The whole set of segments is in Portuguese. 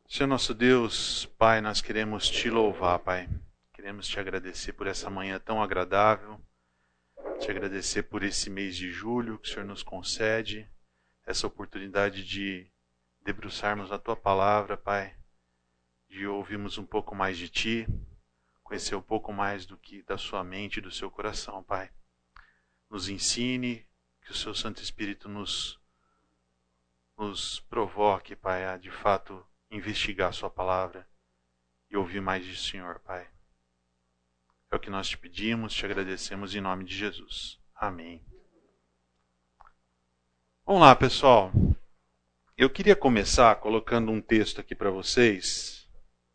Senhor nosso Deus, Pai, nós queremos te louvar, Pai. Queremos te agradecer por essa manhã tão agradável, te agradecer por esse mês de julho que o Senhor nos concede, essa oportunidade de debruçarmos a Tua palavra, Pai, de ouvirmos um pouco mais de Ti, conhecer um pouco mais do que da Sua mente e do Seu coração, Pai. Nos ensine, que o Seu Santo Espírito nos provoque, Pai, a de fato investigar a Sua palavra e ouvir mais do Senhor, Pai. É o que nós te pedimos, te agradecemos em nome de Jesus. Amém. Vamos lá, pessoal. Eu queria começar colocando um texto aqui para vocês.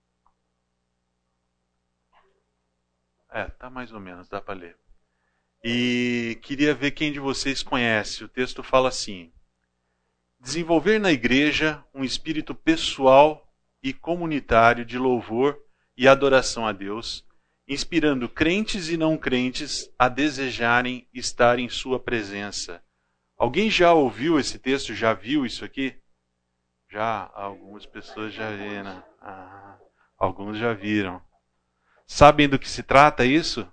Tá mais ou menos, dá para ler. E queria ver quem de vocês conhece. O texto fala assim: desenvolver na igreja um espírito pessoal e comunitário de louvor e adoração a Deus, inspirando crentes e não crentes a desejarem estar em sua presença. Alguém já ouviu esse texto? Já viu isso aqui? Já, algumas pessoas já viram, né? Alguns já viram. Sabem do que se trata isso?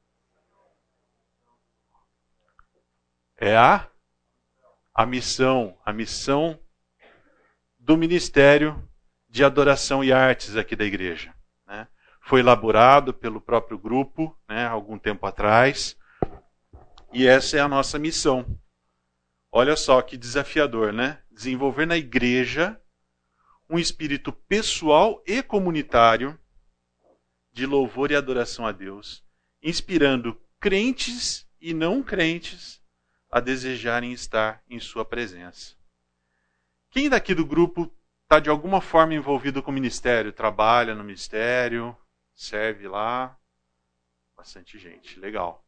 É a missão do Ministério de Adoração e Artes aqui da igreja, né? Foi elaborado pelo próprio grupo, né, algum tempo atrás, e essa é a nossa missão. Olha só que desafiador, né? Desenvolver na igreja um espírito pessoal e comunitário de louvor e adoração a Deus, inspirando crentes e não crentes a desejarem estar em sua presença. Quem daqui do grupo está de alguma forma envolvido com o ministério? Trabalha no ministério, serve lá? Bastante gente, legal.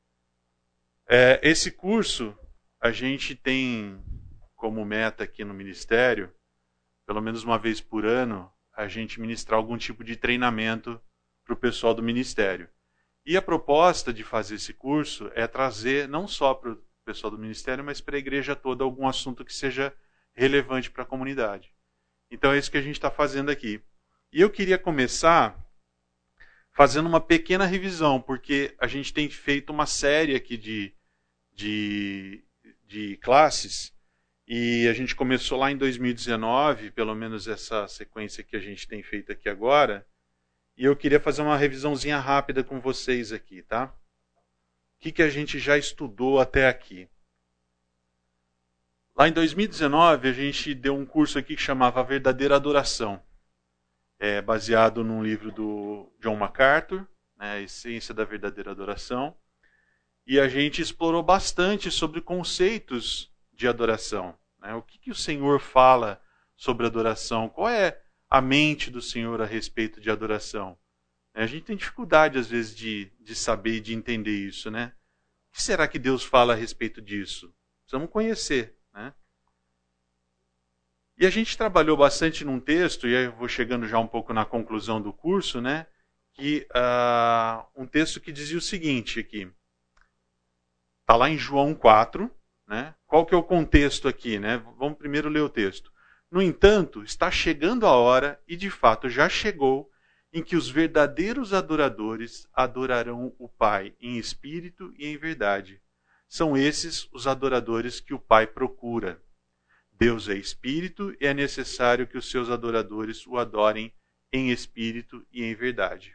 Esse curso a gente tem como meta aqui no ministério, pelo menos uma vez por ano, a gente ministrar algum tipo de treinamento para o pessoal do ministério. E a proposta de fazer esse curso é trazer não só para o pessoal do ministério, mas para a igreja toda algum assunto que seja relevante para a comunidade. Então é isso que a gente está fazendo aqui. E eu queria começar fazendo uma pequena revisão, porque a gente tem feito uma série aqui de classes, e a gente começou lá em 2019, pelo menos essa sequência que a gente tem feito aqui agora, e eu queria fazer uma revisãozinha rápida com vocês aqui, tá? O que a gente já estudou até aqui? Lá em 2019, a gente deu um curso aqui que chamava Verdadeira Adoração. Baseado num livro do John MacArthur, né, A Essência da Verdadeira Adoração. E a gente explorou bastante sobre conceitos de adoração, né? O que o Senhor fala sobre adoração? Qual é a mente do Senhor a respeito de adoração? A gente tem dificuldade, às vezes, de saber e de entender isso, né? O que será que Deus fala a respeito disso? Precisamos conhecer, né? E a gente trabalhou bastante num texto, e aí eu vou chegando já um pouco na conclusão do curso, né? Que um texto que dizia o seguinte aqui. Está lá em João 4, né? Qual que é o contexto aqui, né? Vamos primeiro ler o texto. No entanto, está chegando a hora, e de fato já chegou, em que os verdadeiros adoradores adorarão o Pai em espírito e em verdade. São esses os adoradores que o Pai procura. Deus é espírito e é necessário que os seus adoradores o adorem em espírito e em verdade.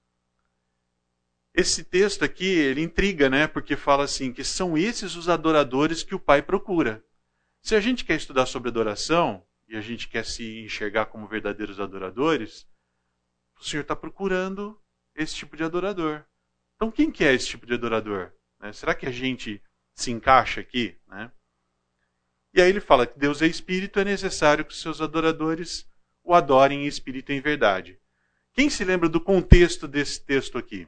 Esse texto aqui, ele intriga, né? Porque fala assim, que são esses os adoradores que o Pai procura. Se a gente quer estudar sobre adoração, e a gente quer se enxergar como verdadeiros adoradores, o Senhor está procurando esse tipo de adorador. Então, quem que é esse tipo de adorador? Será que a gente se encaixa aqui, né? E aí ele fala que Deus é espírito, é necessário que os seus adoradores o adorem em espírito e em verdade. Quem se lembra do contexto desse texto aqui?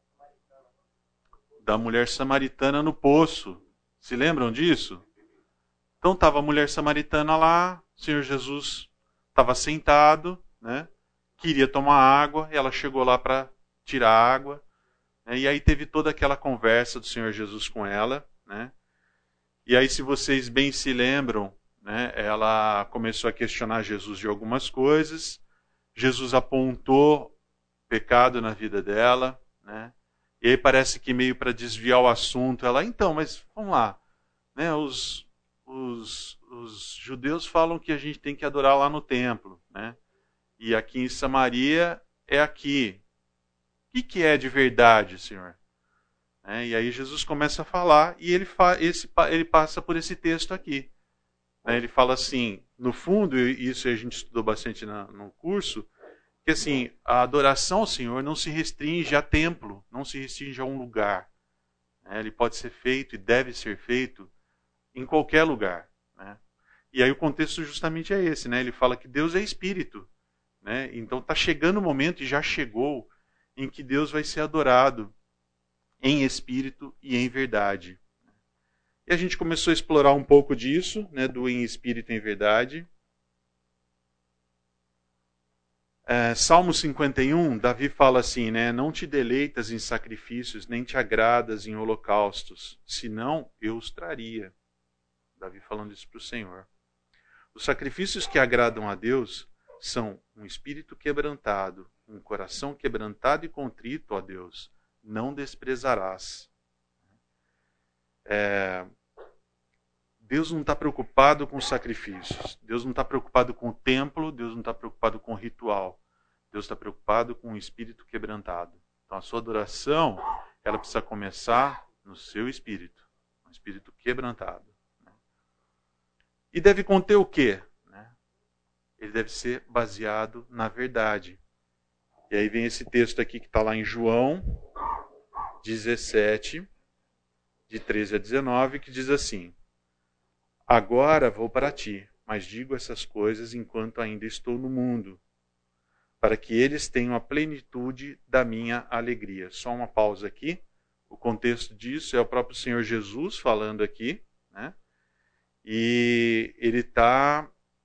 Da mulher samaritana no poço. Se lembram disso? Então estava a mulher samaritana lá, o Senhor Jesus estava sentado, né? Queria tomar água, e ela chegou lá para tirar água, né? E aí teve toda aquela conversa do Senhor Jesus com ela, né? E aí, se vocês bem se lembram, né, ela começou a questionar Jesus de algumas coisas. Jesus apontou pecado na vida dela, né? E aí parece que meio para desviar o assunto, ela, então, mas vamos lá, né? Os judeus falam que a gente tem que adorar lá no templo, né? E aqui em Samaria é aqui. O que é de verdade, Senhor? E aí Jesus começa a falar e ele passa por esse texto aqui. Ele fala assim, no fundo, e isso a gente estudou bastante no curso, que assim, a adoração ao Senhor não se restringe a templo, não se restringe a um lugar. Ele pode ser feito e deve ser feito em qualquer lugar. E aí o contexto justamente é esse, Ele fala que Deus é espírito. Então está chegando o momento, e já chegou, em que Deus vai ser adorado em espírito e em verdade. E a gente começou a explorar um pouco disso, do em espírito e em verdade. Salmo 51, Davi fala assim, não te deleitas em sacrifícios, nem te agradas em holocaustos, senão eu os traria. Davi falando isso para o Senhor. Os sacrifícios que agradam a Deus são um espírito quebrantado, um coração quebrantado e contrito, ó Deus, não desprezarás. Deus não está preocupado com sacrifícios. Deus não está preocupado com o templo. Deus não está preocupado com o ritual. Deus está preocupado com o espírito quebrantado. Então a sua adoração, ela precisa começar no seu espírito. Um espírito quebrantado. E deve conter o quê? Ele deve ser baseado na verdade. E aí vem esse texto aqui que está lá em João 17, de 13 a 19, que diz assim: agora vou para ti, mas digo essas coisas enquanto ainda estou no mundo, para que eles tenham a plenitude da minha alegria. Só uma pausa aqui. O contexto disso é o próprio Senhor Jesus falando aqui, E ele está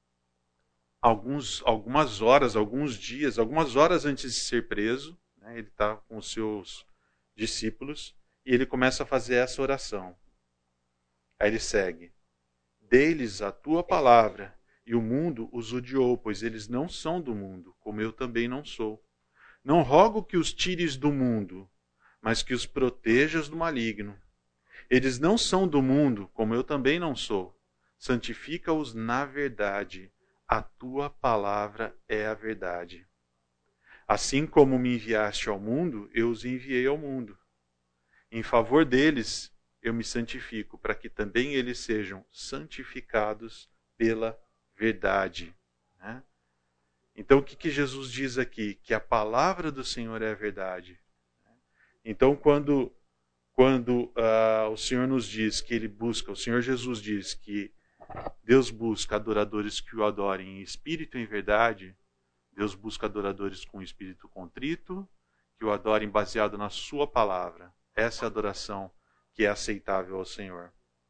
algumas horas, alguns dias, algumas horas antes de ser preso, ele está com os seus discípulos e ele começa a fazer essa oração. Aí ele segue: dê-lhes a tua palavra, e o mundo os odiou, pois eles não são do mundo, como eu também não sou. Não rogo que os tires do mundo, mas que os protejas do maligno. Eles não são do mundo, como eu também não sou. Santifica-os na verdade. A tua palavra é a verdade. Assim como me enviaste ao mundo, eu os enviei ao mundo. Em favor deles, eu me santifico, para que também eles sejam santificados pela verdade. Então, o que Jesus diz aqui? Que a palavra do Senhor é a verdade. Então, quando o Senhor nos diz que Ele busca, o Senhor Jesus diz que Deus busca adoradores que o adorem em espírito e em verdade, Deus busca adoradores com espírito contrito, que o adorem baseado na sua palavra. Essa é a adoração que é aceitável ao Senhor.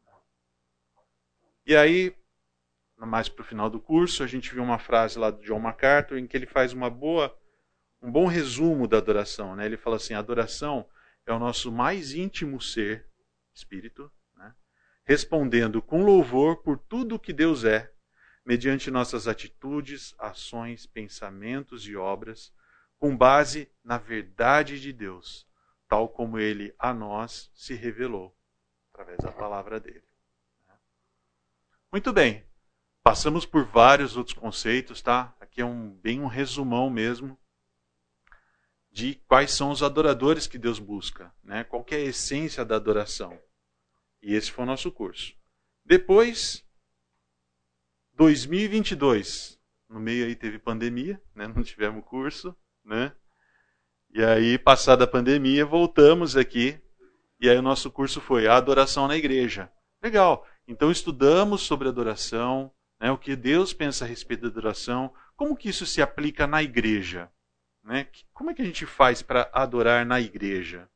E aí, mais para o final do curso, a gente viu uma frase lá do John MacArthur em que ele faz um bom resumo da adoração. Ele fala assim: a adoração é o nosso mais íntimo ser, espírito, respondendo com louvor por tudo o que Deus é, mediante nossas atitudes, ações, pensamentos e obras, com base na verdade de Deus, tal como Ele a nós se revelou, através da palavra dele. Muito bem, passamos por vários outros conceitos, tá? Aqui é bem um resumão mesmo de quais são os adoradores que Deus busca, Qual que é a essência da adoração. E esse foi o nosso curso. Depois, 2022, no meio aí teve pandemia, não tivemos curso, E aí, passada a pandemia, voltamos aqui, e aí o nosso curso foi a adoração na igreja. Legal, então estudamos sobre adoração, o que Deus pensa a respeito da adoração, como que isso se aplica na igreja, Como é que a gente faz para adorar na igreja?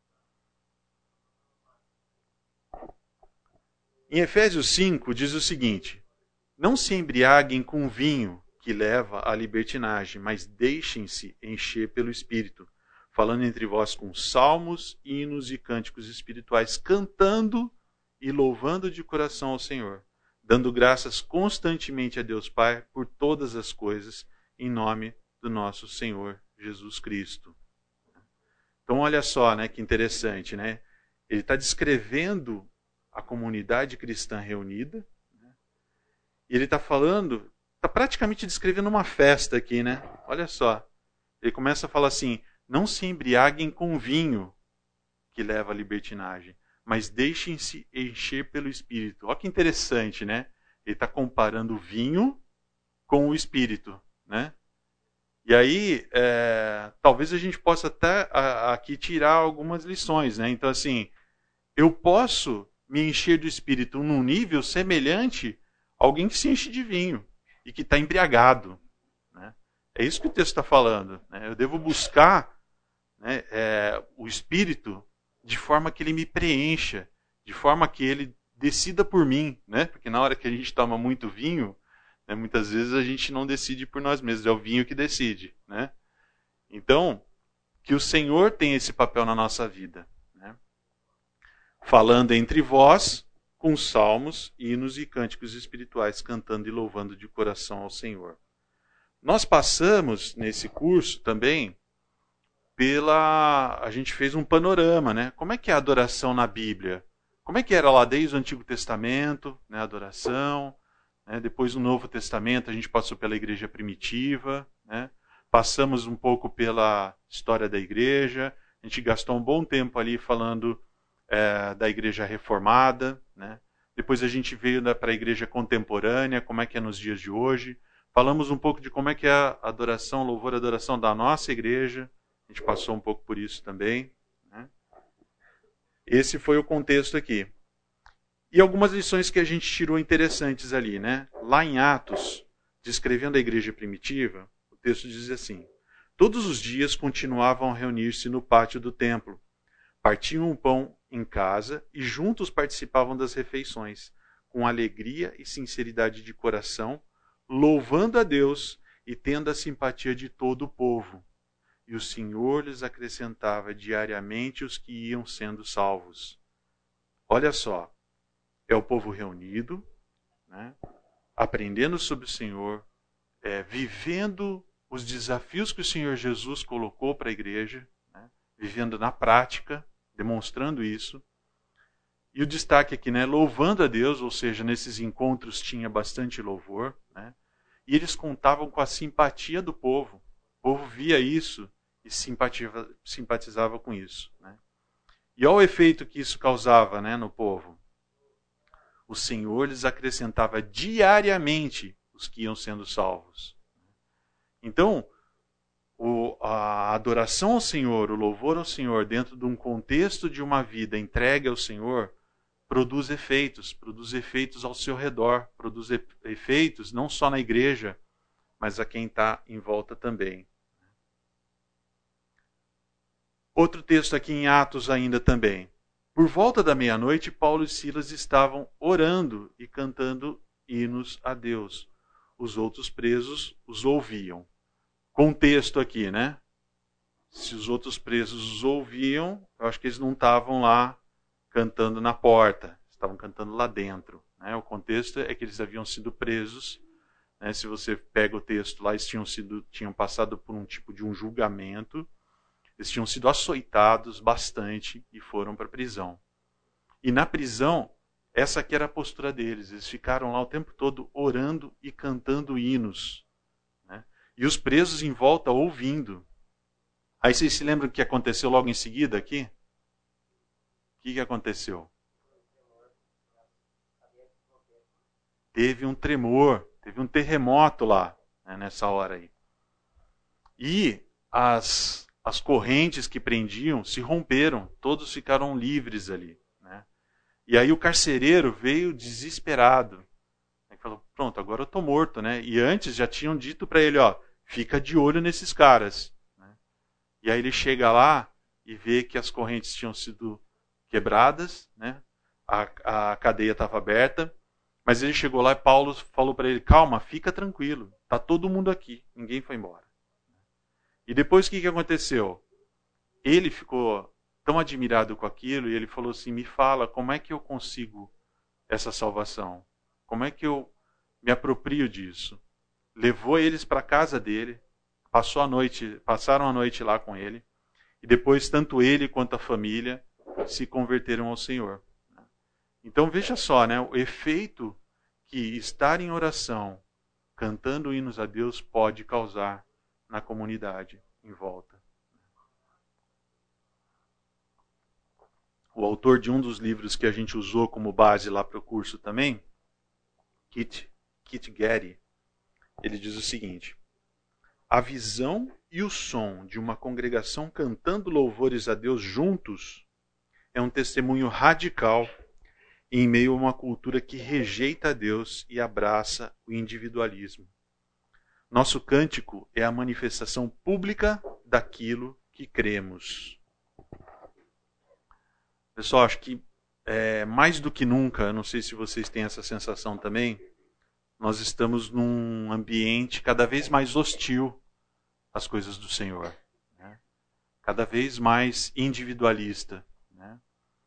Em Efésios 5 diz o seguinte: não se embriaguem com vinho, que leva à libertinagem, mas deixem-se encher pelo Espírito, falando entre vós com salmos, hinos e cânticos espirituais, cantando e louvando de coração ao Senhor, dando graças constantemente a Deus Pai por todas as coisas, em nome do do nosso Senhor Jesus Cristo. Então olha só, né, que interessante, né? Ele está descrevendo a comunidade cristã reunida, né? E ele está falando, está praticamente descrevendo uma festa aqui, né? Olha só, ele começa a falar assim: não se embriaguem com vinho que leva à libertinagem, mas deixem-se encher pelo Espírito. Olha que interessante, né? Ele está comparando o vinho com o Espírito, né? E aí, talvez a gente possa até aqui tirar algumas lições, né? Então, assim, eu posso me encher do Espírito num nível semelhante a alguém que se enche de vinho e que está embriagado, né? É isso que o texto está falando, né? Eu devo buscar, né, o Espírito de forma que ele me preencha, de forma que ele decida por mim, né? Porque na hora que a gente toma muito vinho, né, muitas vezes a gente não decide por nós mesmos, é o vinho que decide, né? Então, que o Senhor tenha esse papel na nossa vida, né? Falando entre vós com salmos, hinos e cânticos espirituais, cantando e louvando de coração ao Senhor. Nós passamos nesse curso também a gente fez um panorama, né? Como é que é a adoração na Bíblia? Como é que era lá desde o Antigo Testamento, né, a adoração, né? Depois no Novo Testamento a gente passou pela igreja primitiva, né? Passamos um pouco pela história da igreja, a gente gastou um bom tempo ali falando da igreja reformada, né? Depois a gente veio para a igreja contemporânea, como é que é nos dias de hoje. Falamos um pouco de como é que é a adoração, louvor e adoração da nossa igreja. A gente passou um pouco por isso também, né? Esse foi o contexto aqui. E algumas lições que a gente tirou interessantes ali, né? Lá em Atos, descrevendo a igreja primitiva, o texto diz assim: todos os dias continuavam a reunir-se no pátio do templo, partiam o pão em casa e juntos participavam das refeições, com alegria e sinceridade de coração, louvando a Deus e tendo a simpatia de todo o povo. E o Senhor lhes acrescentava diariamente os que iam sendo salvos. Olha só, é o povo reunido, né, aprendendo sobre o Senhor, vivendo os desafios que o Senhor Jesus colocou para a igreja, né, vivendo na prática, demonstrando isso. E o destaque aqui, né, louvando a Deus, ou seja, nesses encontros tinha bastante louvor, né, e eles contavam com a simpatia do povo. O povo via isso e simpatizava com isso, né? E olha o efeito que isso causava, né, no povo. O Senhor lhes acrescentava diariamente os que iam sendo salvos. Então, a adoração ao Senhor, o louvor ao Senhor, dentro de um contexto de uma vida entregue ao Senhor, produz efeitos ao seu redor, produz efeitos não só na igreja, mas a quem está em volta também. Outro texto aqui em Atos ainda também. Por volta da meia-noite, Paulo e Silas estavam orando e cantando hinos a Deus. Os outros presos os ouviam. Contexto aqui, né? Se os outros presos os ouviam, eu acho que eles não estavam lá cantando na porta, estavam cantando lá dentro, né? O contexto é que eles haviam sido presos, né? Se você pega o texto lá, eles tinham passado por um tipo de um julgamento. Eles tinham sido açoitados bastante e foram para a prisão. E na prisão, essa aqui era a postura deles. Eles ficaram lá o tempo todo orando e cantando hinos, né? E os presos em volta ouvindo. Aí vocês se lembram o que aconteceu logo em seguida aqui? O que aconteceu? Teve um tremor, teve um terremoto lá, né, nessa hora aí. E as correntes que prendiam se romperam, todos ficaram livres ali, né? E aí o carcereiro veio desesperado. Ele falou, pronto, agora eu estou morto, né? E antes já tinham dito para ele, ó, fica de olho nesses caras, né? E aí ele chega lá e vê que as correntes tinham sido quebradas, né? A cadeia estava aberta, mas ele chegou lá e Paulo falou para ele, calma, fica tranquilo, está todo mundo aqui, ninguém foi embora. E depois o que aconteceu? Ele ficou tão admirado com aquilo e ele falou assim, me fala, como é que eu consigo essa salvação? Como é que eu me aproprio disso? Levou eles para a casa dele, passaram a noite lá com ele, e depois tanto ele quanto a família se converteram ao Senhor. Então veja só, né, o efeito que estar em oração, cantando hinos a Deus, pode causar na comunidade em volta. O autor de um dos livros que a gente usou como base lá para o curso também, Kit Getty, ele diz o seguinte: a visão e o som de uma congregação cantando louvores a Deus juntos é um testemunho radical em meio a uma cultura que rejeita a Deus e abraça o individualismo. Nosso cântico é a manifestação pública daquilo que cremos. Pessoal, acho que mais do que nunca, não sei se vocês têm essa sensação também, nós estamos num ambiente cada vez mais hostil às coisas do Senhor, né? Cada vez mais individualista, né?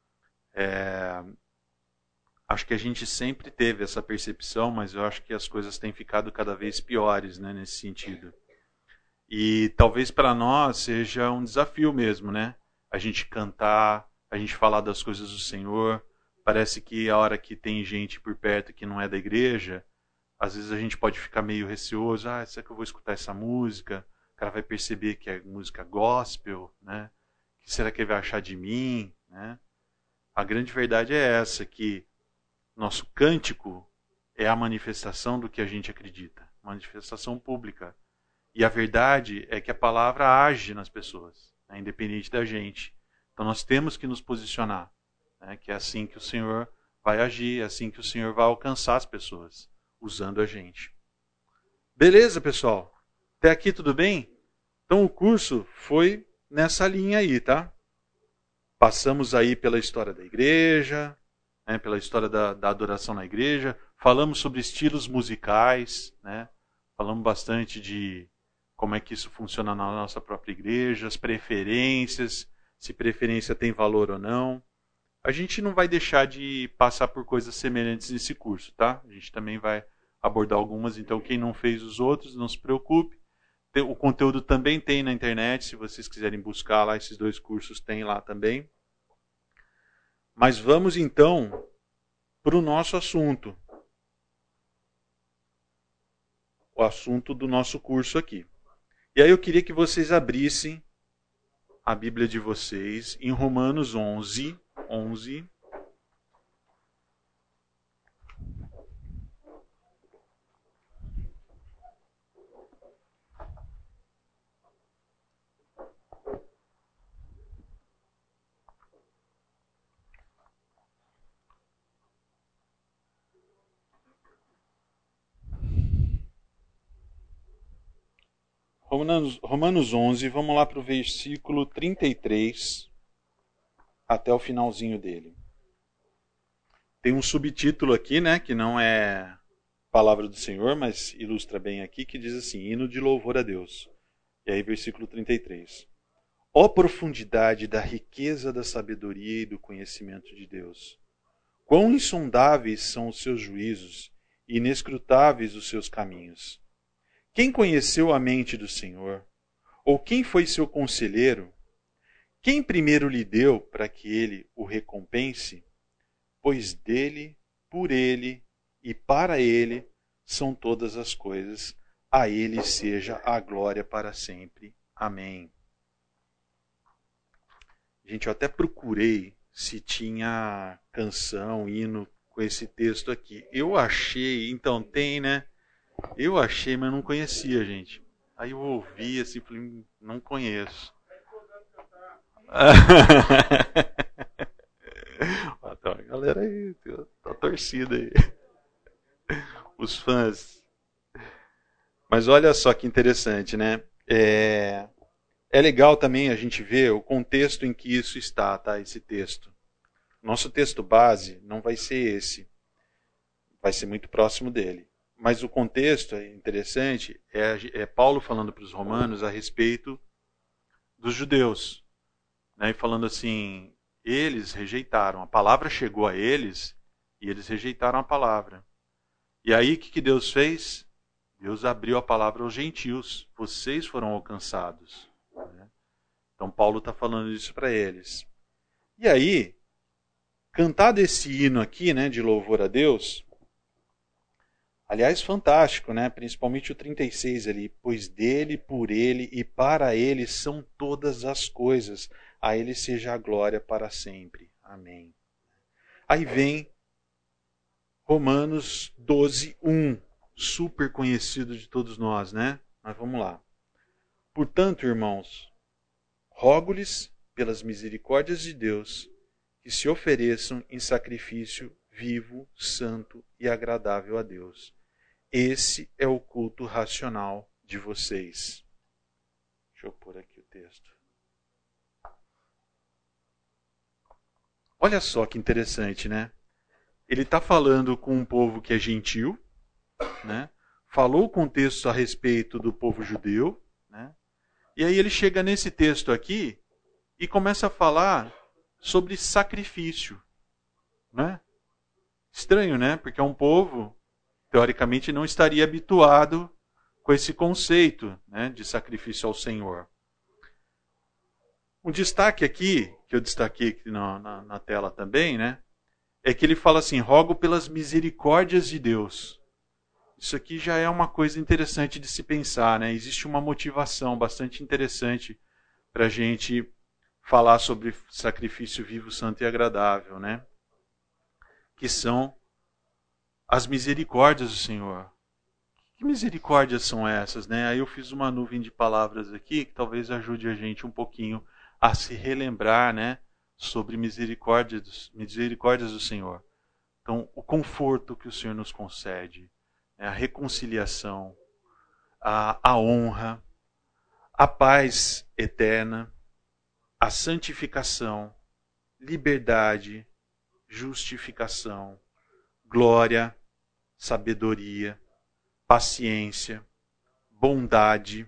Acho que a gente sempre teve essa percepção, mas eu acho que as coisas têm ficado cada vez piores, né, nesse sentido. E talvez para nós seja um desafio mesmo, né? A gente cantar, a gente falar das coisas do Senhor. Parece que a hora que tem gente por perto que não é da igreja, às vezes a gente pode ficar meio receoso. Será que eu vou escutar essa música? O cara vai perceber que é música gospel, né? O que será que ele vai achar de mim, né? A grande verdade é essa, que nosso cântico é a manifestação do que a gente acredita, manifestação pública. E a verdade é que a palavra age nas pessoas, né, independente da gente. Então nós temos que nos posicionar, né, que é assim que o Senhor vai agir, é assim que o Senhor vai alcançar as pessoas, usando a gente. Beleza, pessoal? Até aqui tudo bem? Então o curso foi nessa linha aí, tá? Passamos aí pela história da igreja, né, pela história da adoração na igreja, falamos sobre estilos musicais, né, falamos bastante de como é que isso funciona na nossa própria igreja, as preferências, se preferência tem valor ou não. A gente não vai deixar de passar por coisas semelhantes nesse curso, tá? A gente também vai abordar algumas, então quem não fez os outros, não se preocupe. O conteúdo também tem na internet, se vocês quiserem buscar lá, esses 2 cursos tem lá também. Mas vamos então para o nosso assunto. O assunto do nosso curso aqui. E aí eu queria que vocês abrissem a Bíblia de vocês em Romanos 11. Romanos 11, vamos lá para o versículo 33, até o finalzinho dele. Tem um subtítulo aqui, né, que não é Palavra do Senhor, mas ilustra bem aqui, que diz assim: Hino de louvor a Deus. E aí, versículo 33. Ó profundidade da riqueza da sabedoria e do conhecimento de Deus! Quão insondáveis são os seus juízos e inescrutáveis os seus caminhos! Quem conheceu a mente do Senhor? Ou quem foi seu conselheiro? Quem primeiro lhe deu para que ele o recompense? Pois dele, por ele e para ele são todas as coisas. A ele seja a glória para sempre. Amém. Gente, eu até procurei se tinha canção, hino com esse texto aqui. Eu achei, então tem, né? Eu achei, mas não conhecia, gente. Aí eu ouvi assim, falei, não conheço. Então, a galera aí, tá torcida aí. Os fãs. Mas olha só que interessante, né? É legal também a gente ver o contexto em que isso está, tá? Esse texto. Nosso texto base não vai ser esse. Vai ser muito próximo dele. Mas o contexto é interessante, é Paulo falando para os romanos a respeito dos judeus, né? E falando assim, eles rejeitaram, a palavra chegou a eles e eles rejeitaram a palavra. E aí o que Deus fez? Deus abriu a palavra aos gentios. Vocês foram alcançados. Né? Então Paulo está falando isso para eles. E aí, cantado esse hino aqui, né, de louvor a Deus, aliás, fantástico, né? Principalmente o 36 ali. Pois dele, por ele e para ele são todas as coisas. A ele seja a glória para sempre. Amém. Aí vem Romanos 12, 1. Super conhecido de todos nós, né? Mas vamos lá. Portanto, irmãos, rogo-lhes, pelas misericórdias de Deus, que se ofereçam em sacrifício vivo, santo e agradável a Deus. Esse é o culto racional de vocês. Deixa eu pôr aqui o texto. Olha só que interessante, né? Ele está falando com um povo que é gentil, né? Falou o contexto a respeito do povo judeu, né? E aí ele chega nesse texto aqui e começa a falar sobre sacrifício, né? Estranho, né? Porque é um povo, teoricamente, não estaria habituado com esse conceito, né, de sacrifício ao Senhor. Um destaque aqui, que eu destaquei aqui na tela também, né, é que ele fala assim, rogo pelas misericórdias de Deus. Isso aqui já é uma coisa interessante de se pensar, né? Existe uma motivação bastante interessante para a gente falar sobre sacrifício vivo, santo e agradável, né? Que são as misericórdias do Senhor. Que misericórdias são essas, né? Aí eu fiz uma nuvem de palavras aqui que talvez ajude a gente um pouquinho a se relembrar, né, sobre misericórdias do Senhor. Então, o conforto que o Senhor nos concede, né, a reconciliação, a honra, a paz eterna, a santificação, liberdade, justificação, glória, sabedoria, paciência, bondade,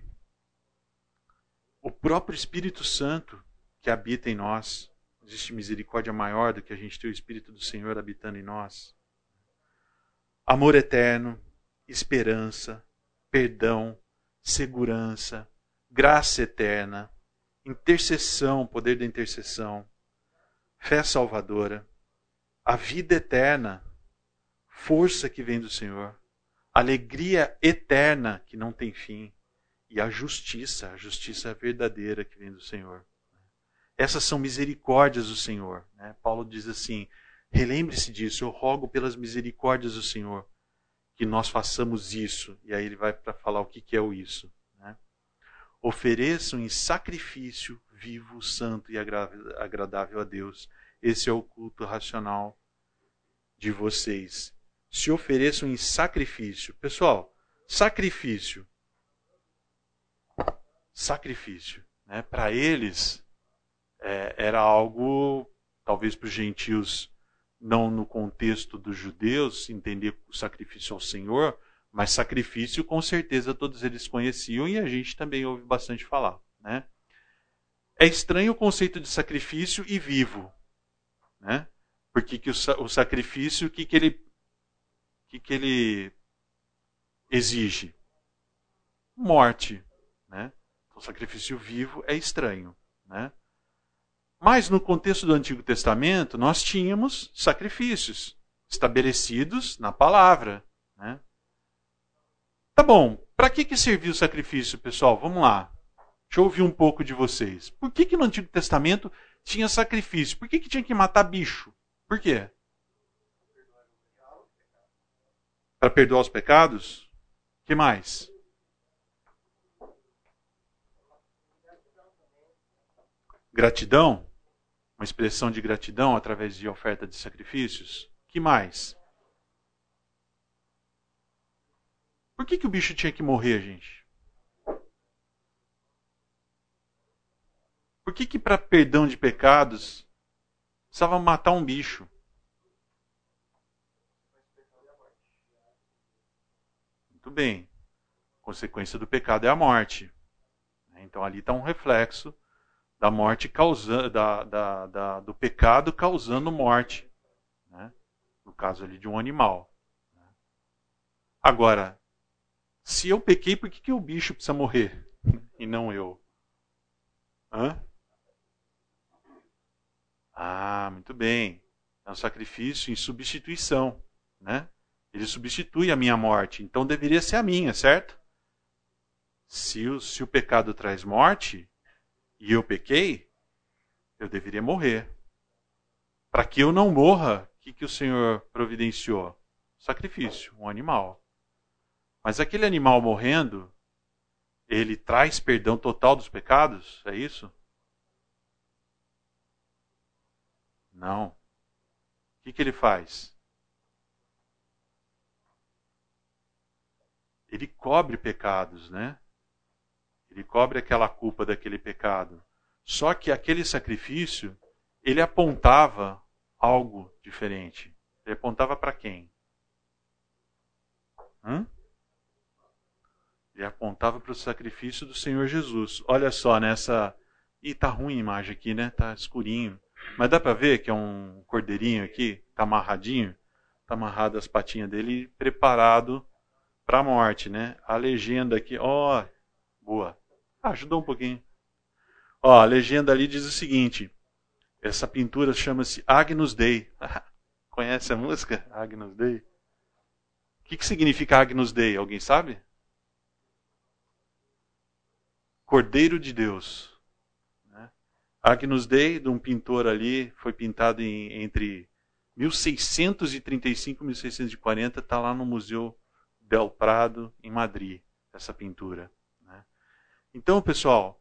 o próprio Espírito Santo que habita em nós. Existe misericórdia maior do que a gente ter o Espírito do Senhor habitando em nós. Amor eterno, esperança, perdão, segurança, graça eterna, intercessão, poder da intercessão, fé salvadora, a vida eterna, força que vem do Senhor, alegria eterna que não tem fim, e a justiça verdadeira que vem do Senhor. Essas são misericórdias do Senhor. Né? Paulo diz assim, relembre-se disso, eu rogo pelas misericórdias do Senhor que nós façamos isso. E aí ele vai para falar o que é o isso. Né? Ofereçam em sacrifício vivo, santo e agradável a Deus. Esse é o culto racional de vocês. Se ofereçam em sacrifício. Pessoal, sacrifício. Né? Para eles, era algo, talvez para os gentios, não no contexto dos judeus, entender o sacrifício ao Senhor, mas sacrifício, com certeza, todos eles conheciam e a gente também ouve bastante falar. Né? É estranho o conceito de sacrifício e vivo. Né? Porque o sacrifício, o que ele exige? Morte. Né? O sacrifício vivo é estranho. Né? Mas no contexto do Antigo Testamento, nós tínhamos sacrifícios estabelecidos na palavra. Né? Tá bom, para que serviu o sacrifício, pessoal? Vamos lá. Deixa eu ouvir um pouco de vocês. Por que no Antigo Testamento tinha sacrifício? Por que tinha que matar bicho? Por quê? Para perdoar os pecados? O que mais? Gratidão? Uma expressão de gratidão através de oferta de sacrifícios? O que mais? Por que o bicho tinha que morrer, gente? Por que para perdão de pecados precisava matar um bicho? Muito bem. A consequência do pecado é a morte. Então ali está um reflexo da morte causando, do pecado causando morte. Né? No caso ali de um animal. Agora, Se eu pequei, por que o bicho precisa morrer e não eu? Hã? Ah, muito bem. É um sacrifício em substituição, né? Ele substitui a minha morte, então deveria ser a minha, certo? Se o pecado traz morte e eu pequei, eu deveria morrer. Para que eu não morra, o que o Senhor providenciou? Sacrifício, um animal. Mas aquele animal morrendo, ele traz perdão total dos pecados? É isso? Não. O que ele faz? Ele cobre pecados, né? Ele cobre aquela culpa daquele pecado. Só que aquele sacrifício, ele apontava algo diferente. Ele apontava para quem? Ele apontava para o sacrifício do Senhor Jesus. Olha só nessa... Ih, tá ruim a imagem aqui, né? Tá escurinho. Mas dá para ver que é um cordeirinho aqui, tá amarradinho. Tá amarrado as patinhas dele, preparado para a morte, né? A legenda aqui, ó, boa. Ajudou um pouquinho. Ó, a legenda ali diz o seguinte: essa pintura chama-se Agnus Dei. Conhece a música? Agnus Dei? O que significa Agnus Dei? Alguém sabe? Cordeiro de Deus. Agnus Dei, de um pintor ali, foi pintado entre 1635 e 1640, está lá no Museu del Prado, em Madrid, essa pintura. Então, pessoal,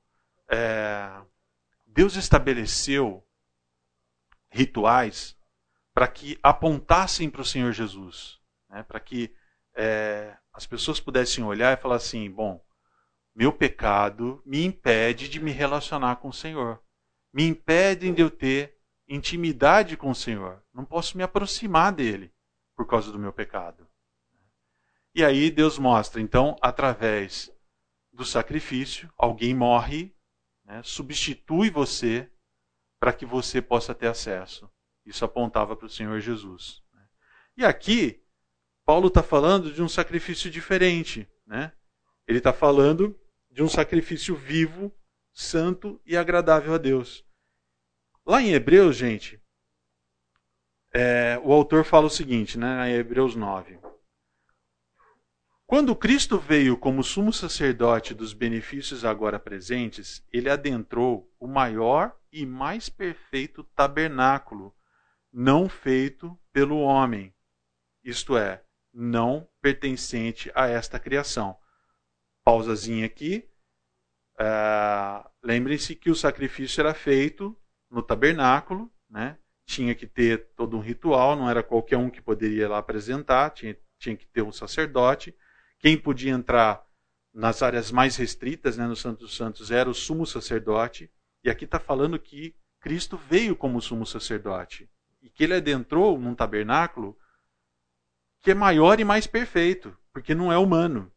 Deus estabeleceu rituais para que apontassem para o Senhor Jesus, né? Para que as pessoas pudessem olhar e falar assim, bom, meu pecado me impede de me relacionar com o Senhor. Me impede de eu ter intimidade com o Senhor. Não posso me aproximar dele por causa do meu pecado. E aí Deus mostra, então, através do sacrifício, alguém morre, né, substitui você para que você possa ter acesso. Isso apontava para o Senhor Jesus. E aqui, Paulo está falando de um sacrifício diferente, né? Ele está falando de um sacrifício vivo, santo e agradável a Deus. Lá em Hebreus, gente, o autor fala o seguinte, né, em Hebreus 9. Quando Cristo veio como sumo sacerdote dos benefícios agora presentes, ele adentrou o maior e mais perfeito tabernáculo, não feito pelo homem, isto é, não pertencente a esta criação. Pausazinha aqui. Lembrem-se que o sacrifício era feito no tabernáculo, né? Tinha que ter todo um ritual, não era qualquer um que poderia lá apresentar, tinha que ter um sacerdote. Quem podia entrar nas áreas mais restritas, né, no Santo dos Santos, era o sumo sacerdote. E aqui está falando que Cristo veio como sumo sacerdote. E que ele adentrou num tabernáculo que é maior e mais perfeito, porque não é humano.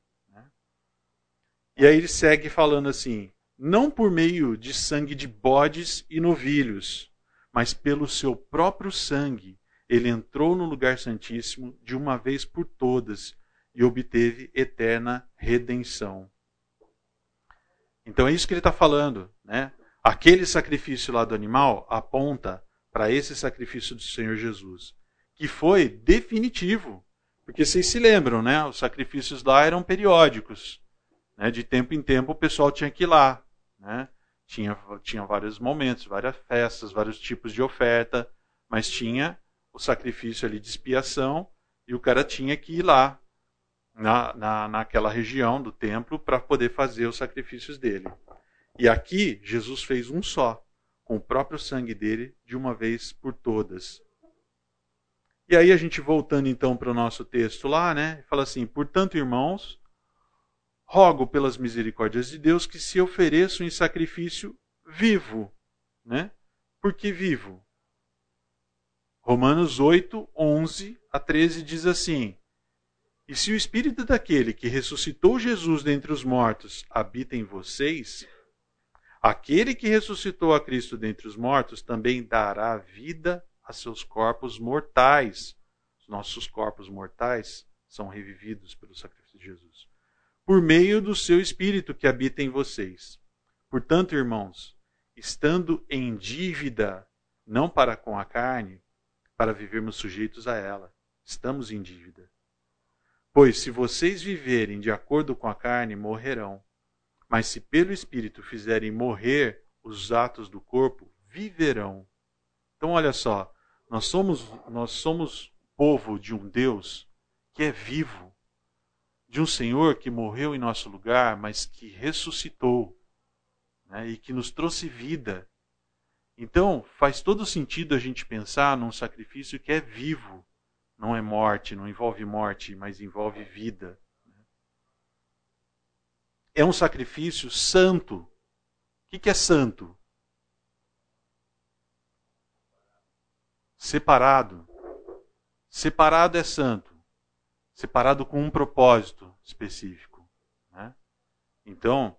E aí ele segue falando assim, não por meio de sangue de bodes e novilhos, mas pelo seu próprio sangue, ele entrou no lugar santíssimo de uma vez por todas e obteve eterna redenção. Então é isso que ele está falando, né? Aquele sacrifício lá do animal aponta para esse sacrifício do Senhor Jesus, que foi definitivo. Porque vocês se lembram, né? Os sacrifícios lá eram periódicos. Né? De tempo em tempo o pessoal tinha que ir lá. Né? Tinha vários momentos, várias festas, vários tipos de oferta, mas tinha o sacrifício ali de expiação e o cara tinha que ir lá naquela região do templo para poder fazer os sacrifícios dele. E aqui Jesus fez um só, com o próprio sangue dele, de uma vez por todas. E aí a gente voltando então para o nosso texto lá, né? Fala assim, portanto, irmãos, rogo pelas misericórdias de Deus que se ofereçam em sacrifício vivo, né? Por que vivo? Romanos 8, 11 a 13 diz assim, e se o Espírito daquele que ressuscitou Jesus dentre os mortos habita em vocês, aquele que ressuscitou a Cristo dentre os mortos também dará vida a seus corpos mortais. Os nossos corpos mortais são revividos pelo sacrifício de Jesus. por meio do seu Espírito que habita em vocês. Portanto, irmãos, estando em dívida, não para com a carne, para vivermos sujeitos a ela. Estamos em dívida. Pois se vocês viverem de acordo com a carne, morrerão. Mas se pelo Espírito fizerem morrer os atos do corpo, viverão. Então olha só, nós somos povo de um Deus que é vivo, de um Senhor que morreu em nosso lugar, mas que ressuscitou, né, e que nos trouxe vida. Então faz todo sentido a gente pensar num sacrifício que é vivo, não é morte, não envolve morte, mas envolve vida. É um sacrifício santo. O que é santo? Separado. Separado é santo. Separado com um propósito específico, né? Então,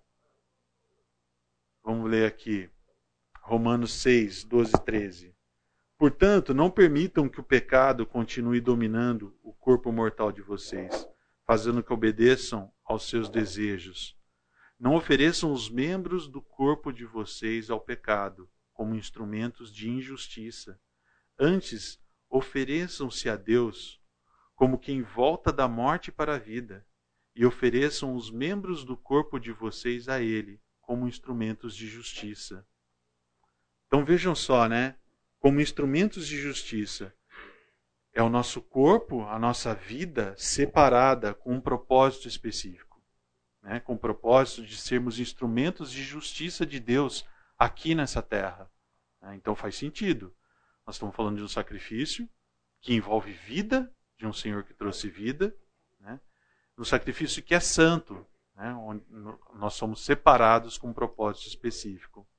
vamos ler aqui. Romanos 6, 12 e 13. Portanto, não permitam que o pecado continue dominando o corpo mortal de vocês, fazendo que obedeçam aos seus desejos. Não ofereçam os membros do corpo de vocês ao pecado, como instrumentos de injustiça. Antes, ofereçam-se a Deus como quem volta da morte para a vida, e ofereçam os membros do corpo de vocês a Ele, como instrumentos de justiça. Então vejam só, né? Como instrumentos de justiça. É o nosso corpo, a nossa vida separada com um propósito específico, né? Com o propósito de sermos instrumentos de justiça de Deus aqui nessa terra. Então faz sentido. Nós estamos falando de um sacrifício que envolve vida, de um Senhor que trouxe vida, né? Um sacrifício que é santo, né? Onde nós somos separados com um propósito específico.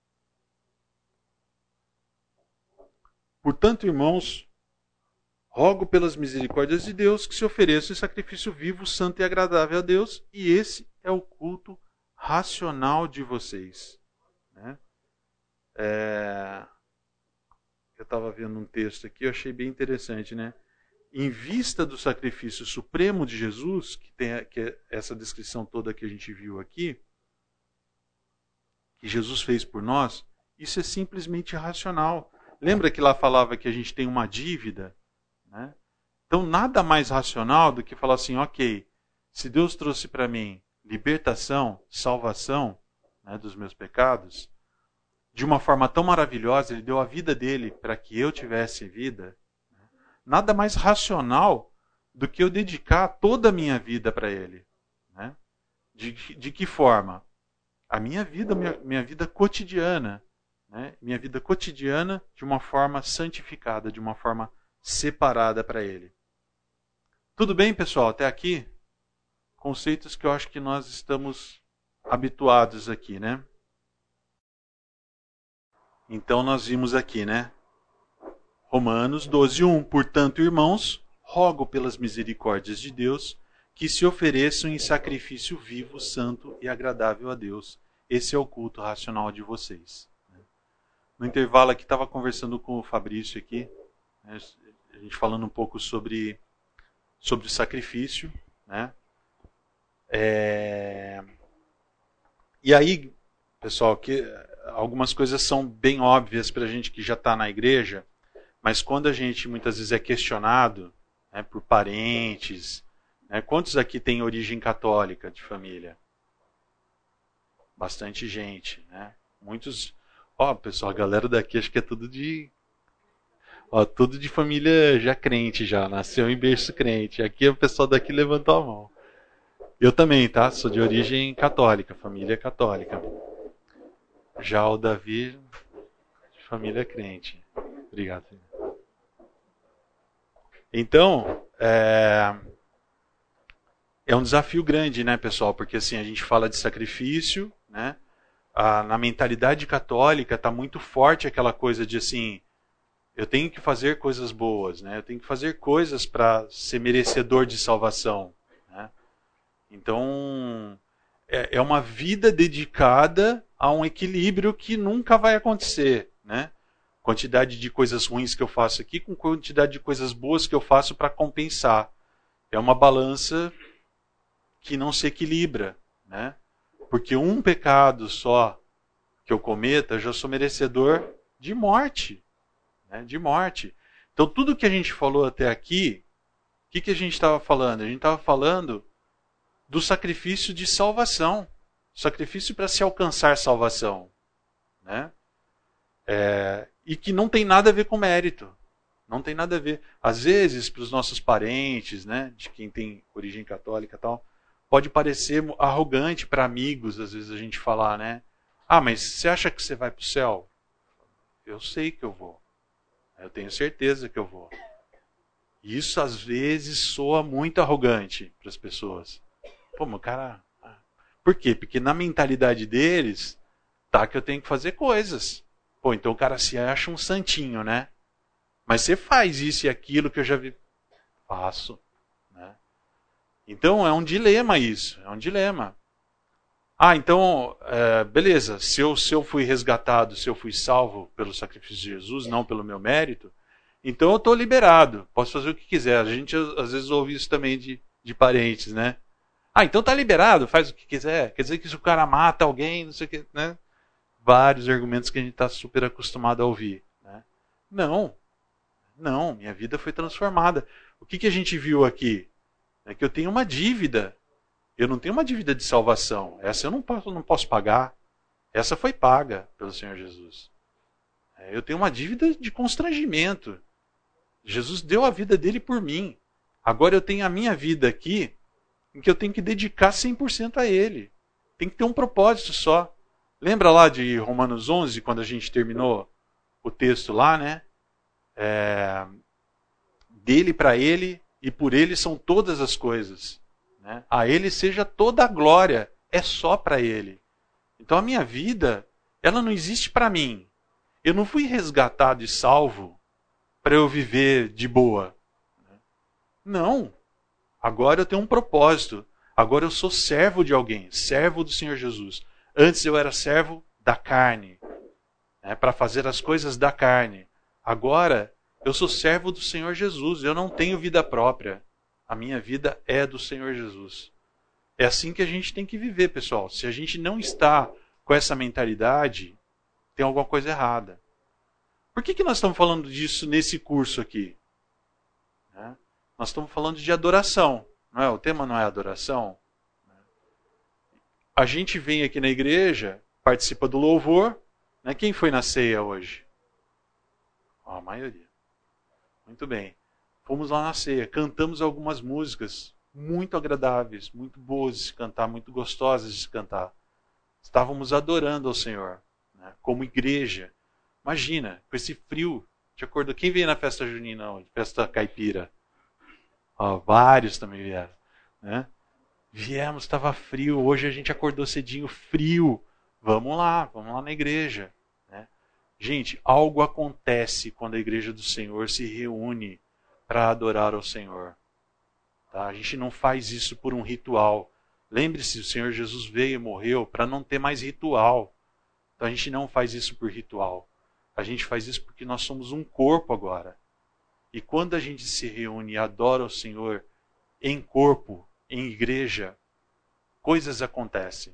Portanto, irmãos, rogo pelas misericórdias de Deus que se ofereça em sacrifício vivo, santo e agradável a Deus, e esse é o culto racional de vocês. Né? Eu estava vendo um texto aqui, eu achei bem interessante, né? Em vista do sacrifício supremo de Jesus, que é essa descrição toda que a gente viu aqui, que Jesus fez por nós, isso é simplesmente racional. Lembra que lá falava que a gente tem uma dívida? Né? Então, nada mais racional do que falar assim, ok, se Deus trouxe para mim libertação, salvação, né, dos meus pecados, de uma forma tão maravilhosa, Ele deu a vida dele para que eu tivesse vida, nada mais racional do que eu dedicar toda a minha vida para Ele. Né? De que forma? A minha vida cotidiana. Né? Minha vida cotidiana de uma forma santificada, de uma forma separada para Ele. Tudo bem, pessoal? Até aqui? Conceitos que eu acho que nós estamos habituados aqui, né? Então nós vimos aqui, né? Romanos 12:1. Portanto, irmãos, rogo pelas misericórdias de Deus que se ofereçam em sacrifício vivo, santo e agradável a Deus. Esse é o culto racional de vocês. No intervalo aqui, estava conversando com o Fabrício aqui, né, a gente falando um pouco sobre o sacrifício. Né? E aí, pessoal, que algumas coisas são bem óbvias para a gente que já está na igreja, mas quando a gente muitas vezes é questionado, né, por parentes, né, quantos aqui têm origem católica de família? Bastante gente, né? Muitos... pessoal, a galera daqui acho que é tudo de família já crente, já nasceu em berço crente. Aqui o pessoal daqui levantou a mão. Eu também, tá? Sou de origem católica, família católica. Já o Davi, de família crente. Obrigado. Então, é um desafio grande, né, pessoal? Porque assim, a gente fala de sacrifício, né? Na mentalidade católica está muito forte aquela coisa de assim, eu tenho que fazer coisas boas, né? Eu tenho que fazer coisas para ser merecedor de salvação. Né? Então, é uma vida dedicada a um equilíbrio que nunca vai acontecer. Né? Quantidade de coisas ruins que eu faço aqui com quantidade de coisas boas que eu faço para compensar. É uma balança que não se equilibra, né? Porque um pecado só que eu cometa, eu já sou merecedor de morte, né? De morte. Então tudo que a gente falou até aqui, o que a gente estava falando? A gente estava falando do sacrifício de salvação, sacrifício para se alcançar salvação, né? E que não tem nada a ver com mérito. Não tem nada a ver. Às vezes, para os nossos parentes, né, de quem tem origem católica e tal, pode parecer arrogante para amigos, às vezes a gente falar, né? Ah, mas você acha que você vai para o céu? Eu sei que eu vou. Eu tenho certeza que eu vou. Isso, às vezes, soa muito arrogante para as pessoas. Pô, meu cara... Por quê? Porque na mentalidade deles, tá que eu tenho que fazer coisas. Pô, então o cara se acha um santinho, né? Mas você faz isso e aquilo que eu já vi. Faço. Né? Então é um dilema isso. É um dilema. Ah, então, beleza. Se eu fui resgatado, se eu fui salvo pelo sacrifício de Jesus, não pelo meu mérito, então eu estou liberado. Posso fazer o que quiser. A gente às vezes ouve isso também de parentes, né? Ah, então tá liberado, faz o que quiser. Quer dizer que se o cara mata alguém, não sei o que, né? Vários argumentos que a gente está super acostumado a ouvir. Né? Não, minha vida foi transformada. O que a gente viu aqui? É que eu tenho uma dívida. Eu não tenho uma dívida de salvação. Essa eu não posso pagar. Essa foi paga pelo Senhor Jesus. Eu tenho uma dívida de constrangimento. Jesus deu a vida dele por mim. Agora eu tenho a minha vida aqui, em que eu tenho que dedicar 100% a Ele. Tem que ter um propósito só. Lembra lá de Romanos 11, quando a gente terminou o texto lá, né? Dele para Ele e por Ele são todas as coisas. Né? A Ele seja toda a glória. É só para Ele. Então a minha vida, ela não existe para mim. Eu não fui resgatado e salvo para eu viver de boa. Não. Agora eu tenho um propósito. Agora eu sou servo de alguém, servo do Senhor Jesus. Antes eu era servo da carne, né, para fazer as coisas da carne. Agora eu sou servo do Senhor Jesus. Eu não tenho vida própria. A minha vida é do Senhor Jesus. É assim que a gente tem que viver, pessoal. Se a gente não está com essa mentalidade, tem alguma coisa errada. Por que nós estamos falando disso nesse curso aqui? Nós estamos falando de adoração. Não é? O tema não é adoração. A gente vem aqui na igreja, participa do louvor. Né? Quem foi na ceia hoje? A maioria. Muito bem. Fomos lá na ceia, cantamos algumas músicas muito agradáveis, muito boas de se cantar, muito gostosas de se cantar. Estávamos adorando ao Senhor, né? Como igreja. Imagina, com esse frio. Te acordou? Quem veio na festa junina hoje? Festa caipira? Vários também vieram. Né? Viemos, estava frio. Hoje a gente acordou cedinho, frio. Vamos lá na igreja. Né? Gente, algo acontece quando a igreja do Senhor se reúne para adorar ao Senhor. Tá? A gente não faz isso por um ritual. Lembre-se, o Senhor Jesus veio e morreu para não ter mais ritual. Então a gente não faz isso por ritual. A gente faz isso porque nós somos um corpo agora. E quando a gente se reúne e adora o Senhor em corpo, em igreja, coisas acontecem.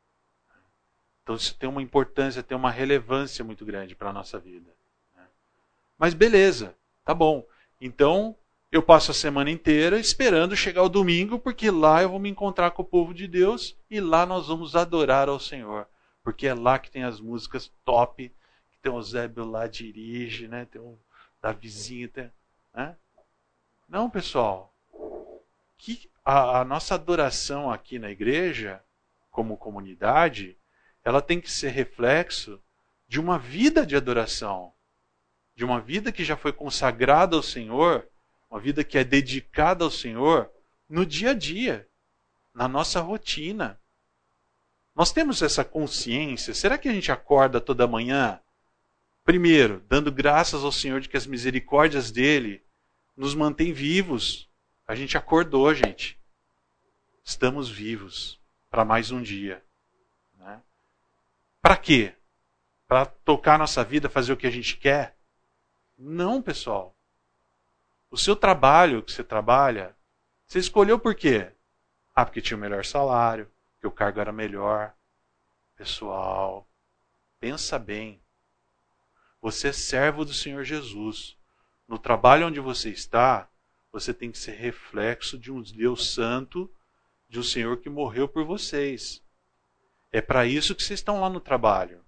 Então isso tem uma importância, tem uma relevância muito grande para a nossa vida. Mas beleza, tá bom. Então eu passo a semana inteira esperando chegar o domingo, porque lá eu vou me encontrar com o povo de Deus e lá nós vamos adorar ao Senhor. Porque é lá que tem as músicas top, que tem o Zébio lá dirige, né? Tem o Davizinho, né? Não, pessoal. Que a nossa adoração aqui na igreja, como comunidade, ela tem que ser reflexo de uma vida de adoração. De uma vida que já foi consagrada ao Senhor, uma vida que é dedicada ao Senhor no dia a dia, na nossa rotina. Nós temos essa consciência. Será que a gente acorda toda manhã, primeiro, dando graças ao Senhor de que as misericórdias dele nos mantêm vivos? A gente acordou, gente. Estamos vivos para mais um dia. Né? Para quê? Para tocar nossa vida, fazer o que a gente quer? Não, pessoal. O seu trabalho que você trabalha, você escolheu por quê? Ah, porque tinha o melhor salário, porque o cargo era melhor. Pessoal, pensa bem. Você é servo do Senhor Jesus. No trabalho onde você está, você tem que ser reflexo de um Deus santo, de um Senhor que morreu por vocês. É para isso que vocês estão lá no trabalho.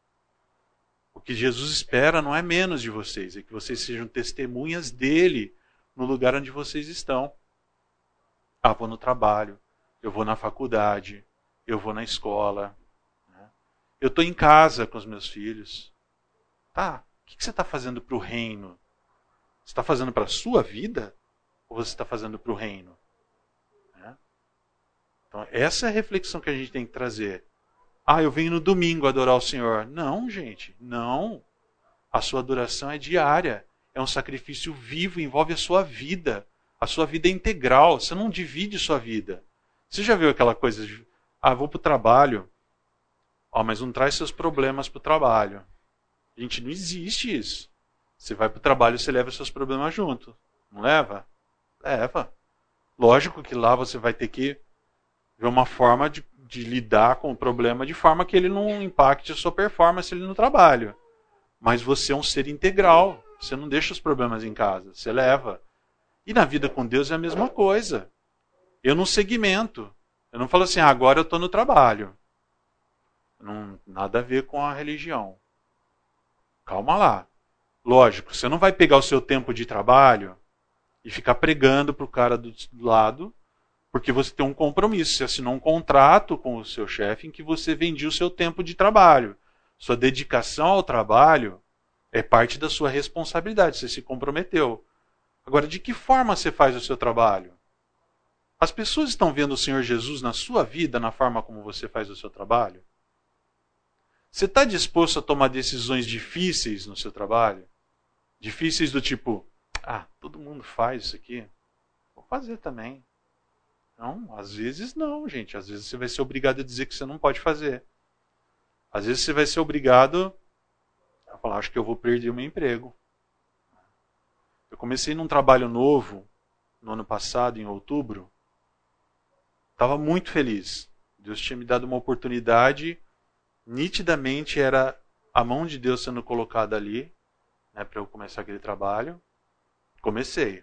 O que Jesus espera não é menos de vocês, é que vocês sejam testemunhas dele no lugar onde vocês estão. Ah, vou no trabalho, eu vou na faculdade, eu vou na escola, né? Eu estou em casa com os meus filhos. Tá, o que você está fazendo para o reino? Você está fazendo para a sua vida? Ou você está fazendo para o reino? Né? Então, essa é a reflexão que a gente tem que trazer. Ah, eu venho no domingo adorar o Senhor. Não, gente, não. A sua adoração é diária. É um sacrifício vivo, envolve a sua vida. A sua vida é integral. Você não divide sua vida. Você já viu aquela coisa de, vou para o trabalho, mas não traz seus problemas para o trabalho. Gente, não existe isso. Você vai para o trabalho, você leva seus problemas junto. Não leva? Leva. Lógico que lá você vai ter que ver uma forma de lidar com o problema de forma que ele não impacte a sua performance ali no trabalho. Mas você é um ser integral. Você não deixa os problemas em casa. Você leva. E na vida com Deus é a mesma coisa. Eu não segmento. Eu não falo assim, agora eu estou no trabalho. Não, nada a ver com a religião. Calma lá. Lógico, você não vai pegar o seu tempo de trabalho e ficar pregando para o cara do lado, porque você tem um compromisso. Você assinou um contrato com o seu chefe em que você vendia o seu tempo de trabalho. Sua dedicação ao trabalho é parte da sua responsabilidade. Você se comprometeu. Agora, de que forma você faz o seu trabalho? As pessoas estão vendo o Senhor Jesus na sua vida, na forma como você faz o seu trabalho? Você está disposto a tomar decisões difíceis no seu trabalho? Difíceis do tipo, todo mundo faz isso aqui, vou fazer também. Não, às vezes não, gente. Às vezes você vai ser obrigado a dizer que você não pode fazer. Às vezes você vai ser obrigado a falar, acho que eu vou perder o meu emprego. Eu comecei num trabalho novo no ano passado, em outubro. Estava muito feliz. Deus tinha me dado uma oportunidade. Nitidamente era a mão de Deus sendo colocada ali, né, para eu começar aquele trabalho. Comecei.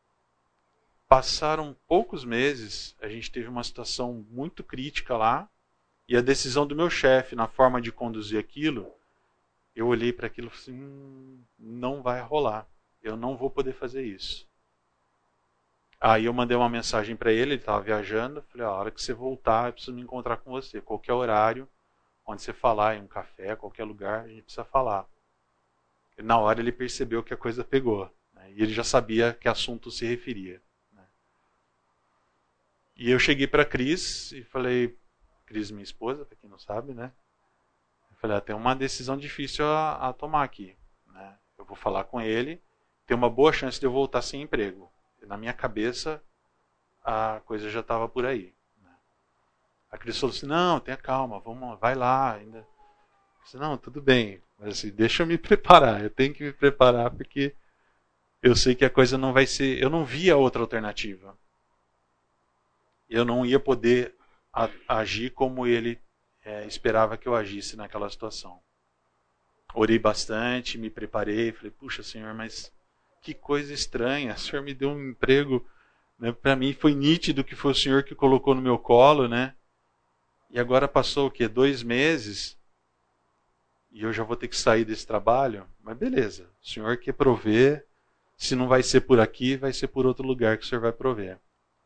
Passaram poucos meses, a gente teve uma situação muito crítica lá, e a decisão do meu chefe na forma de conduzir aquilo, eu olhei para aquilo e falei assim, não vai rolar, eu não vou poder fazer isso. Aí eu mandei uma mensagem para ele estava viajando, falei, a hora que você voltar, eu preciso me encontrar com você, qualquer horário, onde você falar, em um café, qualquer lugar, a gente precisa falar. E na hora ele percebeu que a coisa pegou, né, e ele já sabia que assunto se referia. E eu cheguei para a Cris e falei, Cris, minha esposa, para quem não sabe, né? Eu falei, tem uma decisão difícil a tomar aqui, né? Eu vou falar com ele, tem uma boa chance de eu voltar sem emprego. E na minha cabeça, a coisa já estava por aí. Né? A Cris falou assim, não, tenha calma, vamos, vai lá. Ainda. Eu disse, não, tudo bem, mas assim, deixa eu me preparar, eu tenho que me preparar porque eu sei que a coisa não vai ser... Eu não via outra alternativa. Eu não ia poder agir como ele esperava que eu agisse naquela situação. Orei bastante, me preparei, falei, puxa Senhor, mas que coisa estranha, o Senhor me deu um emprego, né? Para mim foi nítido que foi o Senhor que colocou no meu colo, né? E agora passou o quê? 2 meses e eu já vou ter que sair desse trabalho? Mas beleza, o Senhor quer prover, se não vai ser por aqui, vai ser por outro lugar que o Senhor vai prover.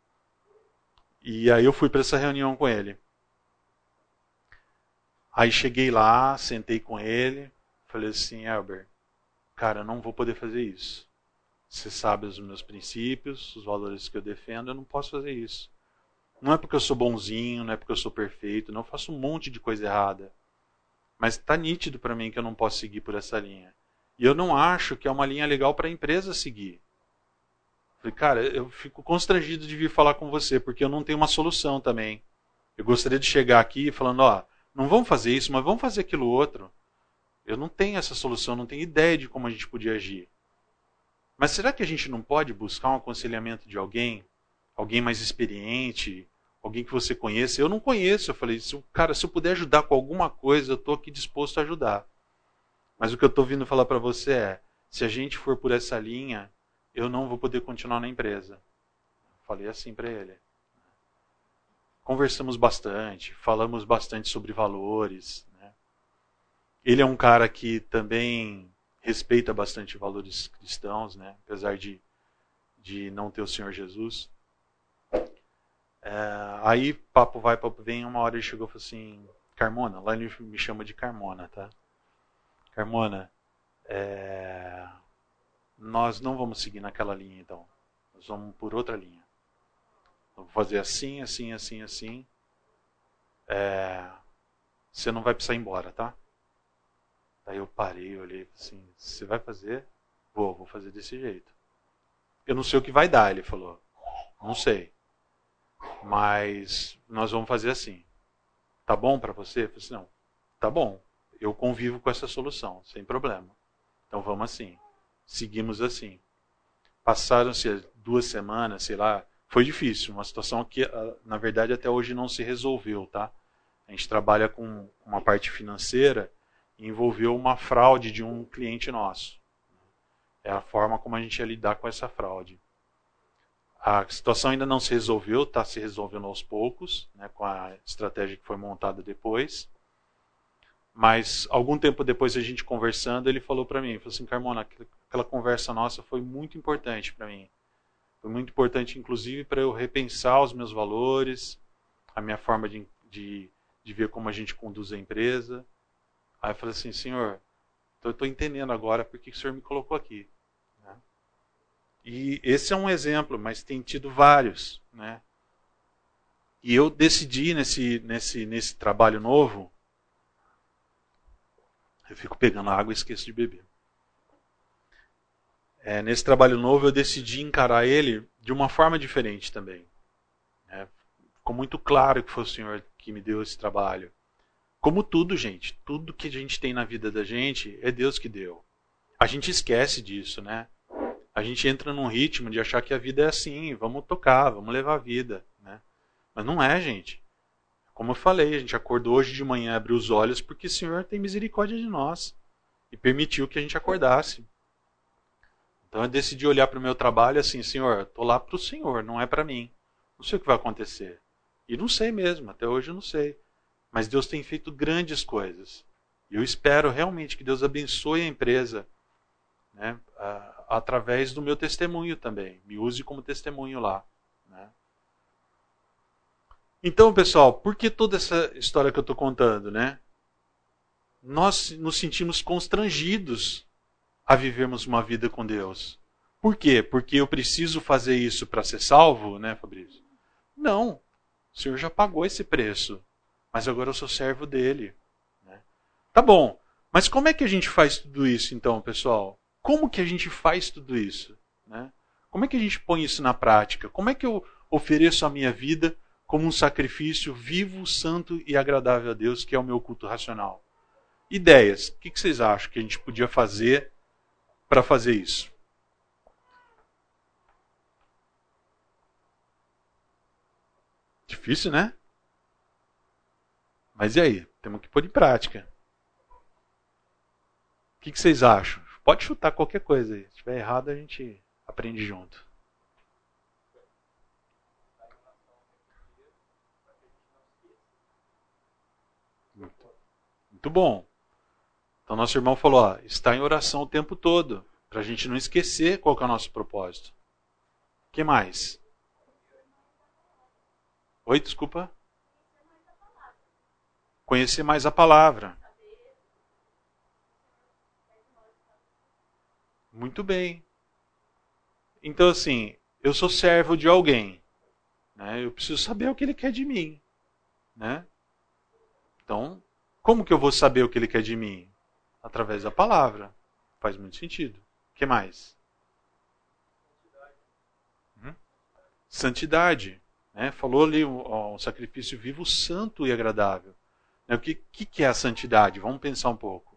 E aí eu fui para essa reunião com ele. Aí cheguei lá, sentei com ele, falei assim, Elber, cara, eu não vou poder fazer isso. Você sabe os meus princípios, os valores que eu defendo, eu não posso fazer isso. Não é porque eu sou bonzinho, não é porque eu sou perfeito, não, eu faço um monte de coisa errada. Mas está nítido para mim que eu não posso seguir por essa linha. E eu não acho que é uma linha legal para a empresa seguir. Falei, cara, eu fico constrangido de vir falar com você, porque eu não tenho uma solução também. Eu gostaria de chegar aqui falando, não vamos fazer isso, mas vamos fazer aquilo outro. Eu não tenho essa solução, não tenho ideia de como a gente podia agir. Mas será que a gente não pode buscar um aconselhamento de alguém mais experiente, Alguém que você conheça? Eu não conheço. Eu falei, cara, se eu puder ajudar com alguma coisa, eu estou aqui disposto a ajudar. Mas o que eu estou vindo falar para você é, se a gente for por essa linha, eu não vou poder continuar na empresa. Falei assim para ele. Conversamos bastante, falamos bastante sobre valores. Né? Ele é um cara que também respeita bastante valores cristãos, né? Apesar de não ter o Senhor Jesus. Aí, papo vai, papo vem, uma hora ele chegou e falou assim, Carmona, lá ele me chama de Carmona, tá? Carmona, nós não vamos seguir naquela linha, então. Nós vamos por outra linha. Vamos fazer assim, assim, assim, assim. Você não vai precisar ir embora, tá? Daí eu parei, olhei assim, você vai fazer? Vou fazer desse jeito. Eu não sei o que vai dar, ele falou. Não sei. Mas nós vamos fazer assim. Tá bom para você? Eu falei assim, não. Tá bom. Eu convivo com essa solução, sem problema. Então vamos assim. Seguimos assim. Passaram-se 2 semanas, sei lá. Foi difícil. Uma situação que, na verdade, até hoje não se resolveu, tá? A gente trabalha com uma parte financeira e envolveu uma fraude de um cliente nosso. É a forma como a gente ia lidar com essa fraude. A situação ainda não se resolveu, está se resolvendo aos poucos, né, com a estratégia que foi montada depois. Mas algum tempo depois, a gente conversando, ele falou para mim, falou assim, Carmona, aquela conversa nossa foi muito importante para mim. Foi muito importante, inclusive, para eu repensar os meus valores, a minha forma de ver como a gente conduz a empresa. Aí eu falei assim, senhor, eu estou entendendo agora por que o senhor me colocou aqui. Né? E esse é um exemplo, mas tem tido vários. Né? E eu decidi nesse trabalho novo, eu fico pegando água e esqueço de beber. Nesse trabalho novo eu decidi encarar ele de uma forma diferente também. Ficou muito claro que foi o Senhor que me deu esse trabalho. Como tudo, gente, tudo que a gente tem na vida da gente é Deus que deu. A gente esquece disso, né? A gente entra num ritmo de achar que a vida é assim, vamos tocar, vamos levar a vida, né? Mas não é, gente. Como eu falei, a gente acordou hoje de manhã, abriu os olhos porque o Senhor tem misericórdia de nós e permitiu que a gente acordasse. Então eu decidi olhar para o meu trabalho assim, Senhor, estou lá para o Senhor, não é para mim. Não sei o que vai acontecer. E não sei mesmo, até hoje eu não sei. Mas Deus tem feito grandes coisas. E eu espero realmente que Deus abençoe a empresa, né, através do meu testemunho também. Me use como testemunho lá. Né? Então, pessoal, por que toda essa história que eu estou contando? Né? Nós nos sentimos constrangidos a vivermos uma vida com Deus. Por quê? Porque eu preciso fazer isso para ser salvo, né, Fabrício? Não. O Senhor já pagou esse preço. Mas agora eu sou servo dele. Né? Tá bom. Mas como é que a gente faz tudo isso, então, pessoal? Como que a gente faz tudo isso? Né? Como é que a gente põe isso na prática? Como é que eu ofereço a minha vida como um sacrifício vivo, santo e agradável a Deus, que é o meu culto racional? Ideias. O que vocês acham que a gente podia fazer para fazer isso? Difícil, né? Mas e aí? Temos que pôr em prática. O que vocês acham? Pode chutar qualquer coisa aí. Se estiver errado, a gente aprende junto. Muito bom. Então nosso irmão falou, ó, está em oração o tempo todo, para a gente não esquecer qual que é o nosso propósito. O que mais? Oi, desculpa? Conhecer mais a palavra. Muito bem. Então assim, eu sou servo de alguém. Né? Eu preciso saber o que ele quer de mim. Né? Então, como que eu vou saber o que ele quer de mim? Através da palavra. Faz muito sentido. O que mais? Santidade. Né? Falou ali um sacrifício vivo, santo e agradável. Né? O que é a santidade? Vamos pensar um pouco.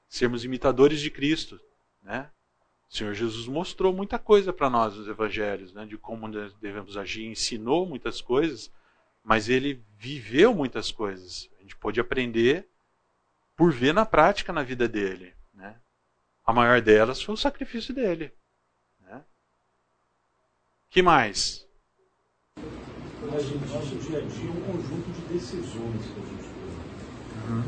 sermos imitadores de Cristo, né? O Senhor Jesus mostrou muita coisa para nós nos evangelhos, né? De como devemos agir, ensinou muitas coisas, mas ele viveu muitas coisas. A gente pôde aprender por ver na prática na vida dele, né? A maior delas foi o sacrifício dele, né? Que mais? A gente, nosso dia a dia, é um conjunto de decisões que a gente toma.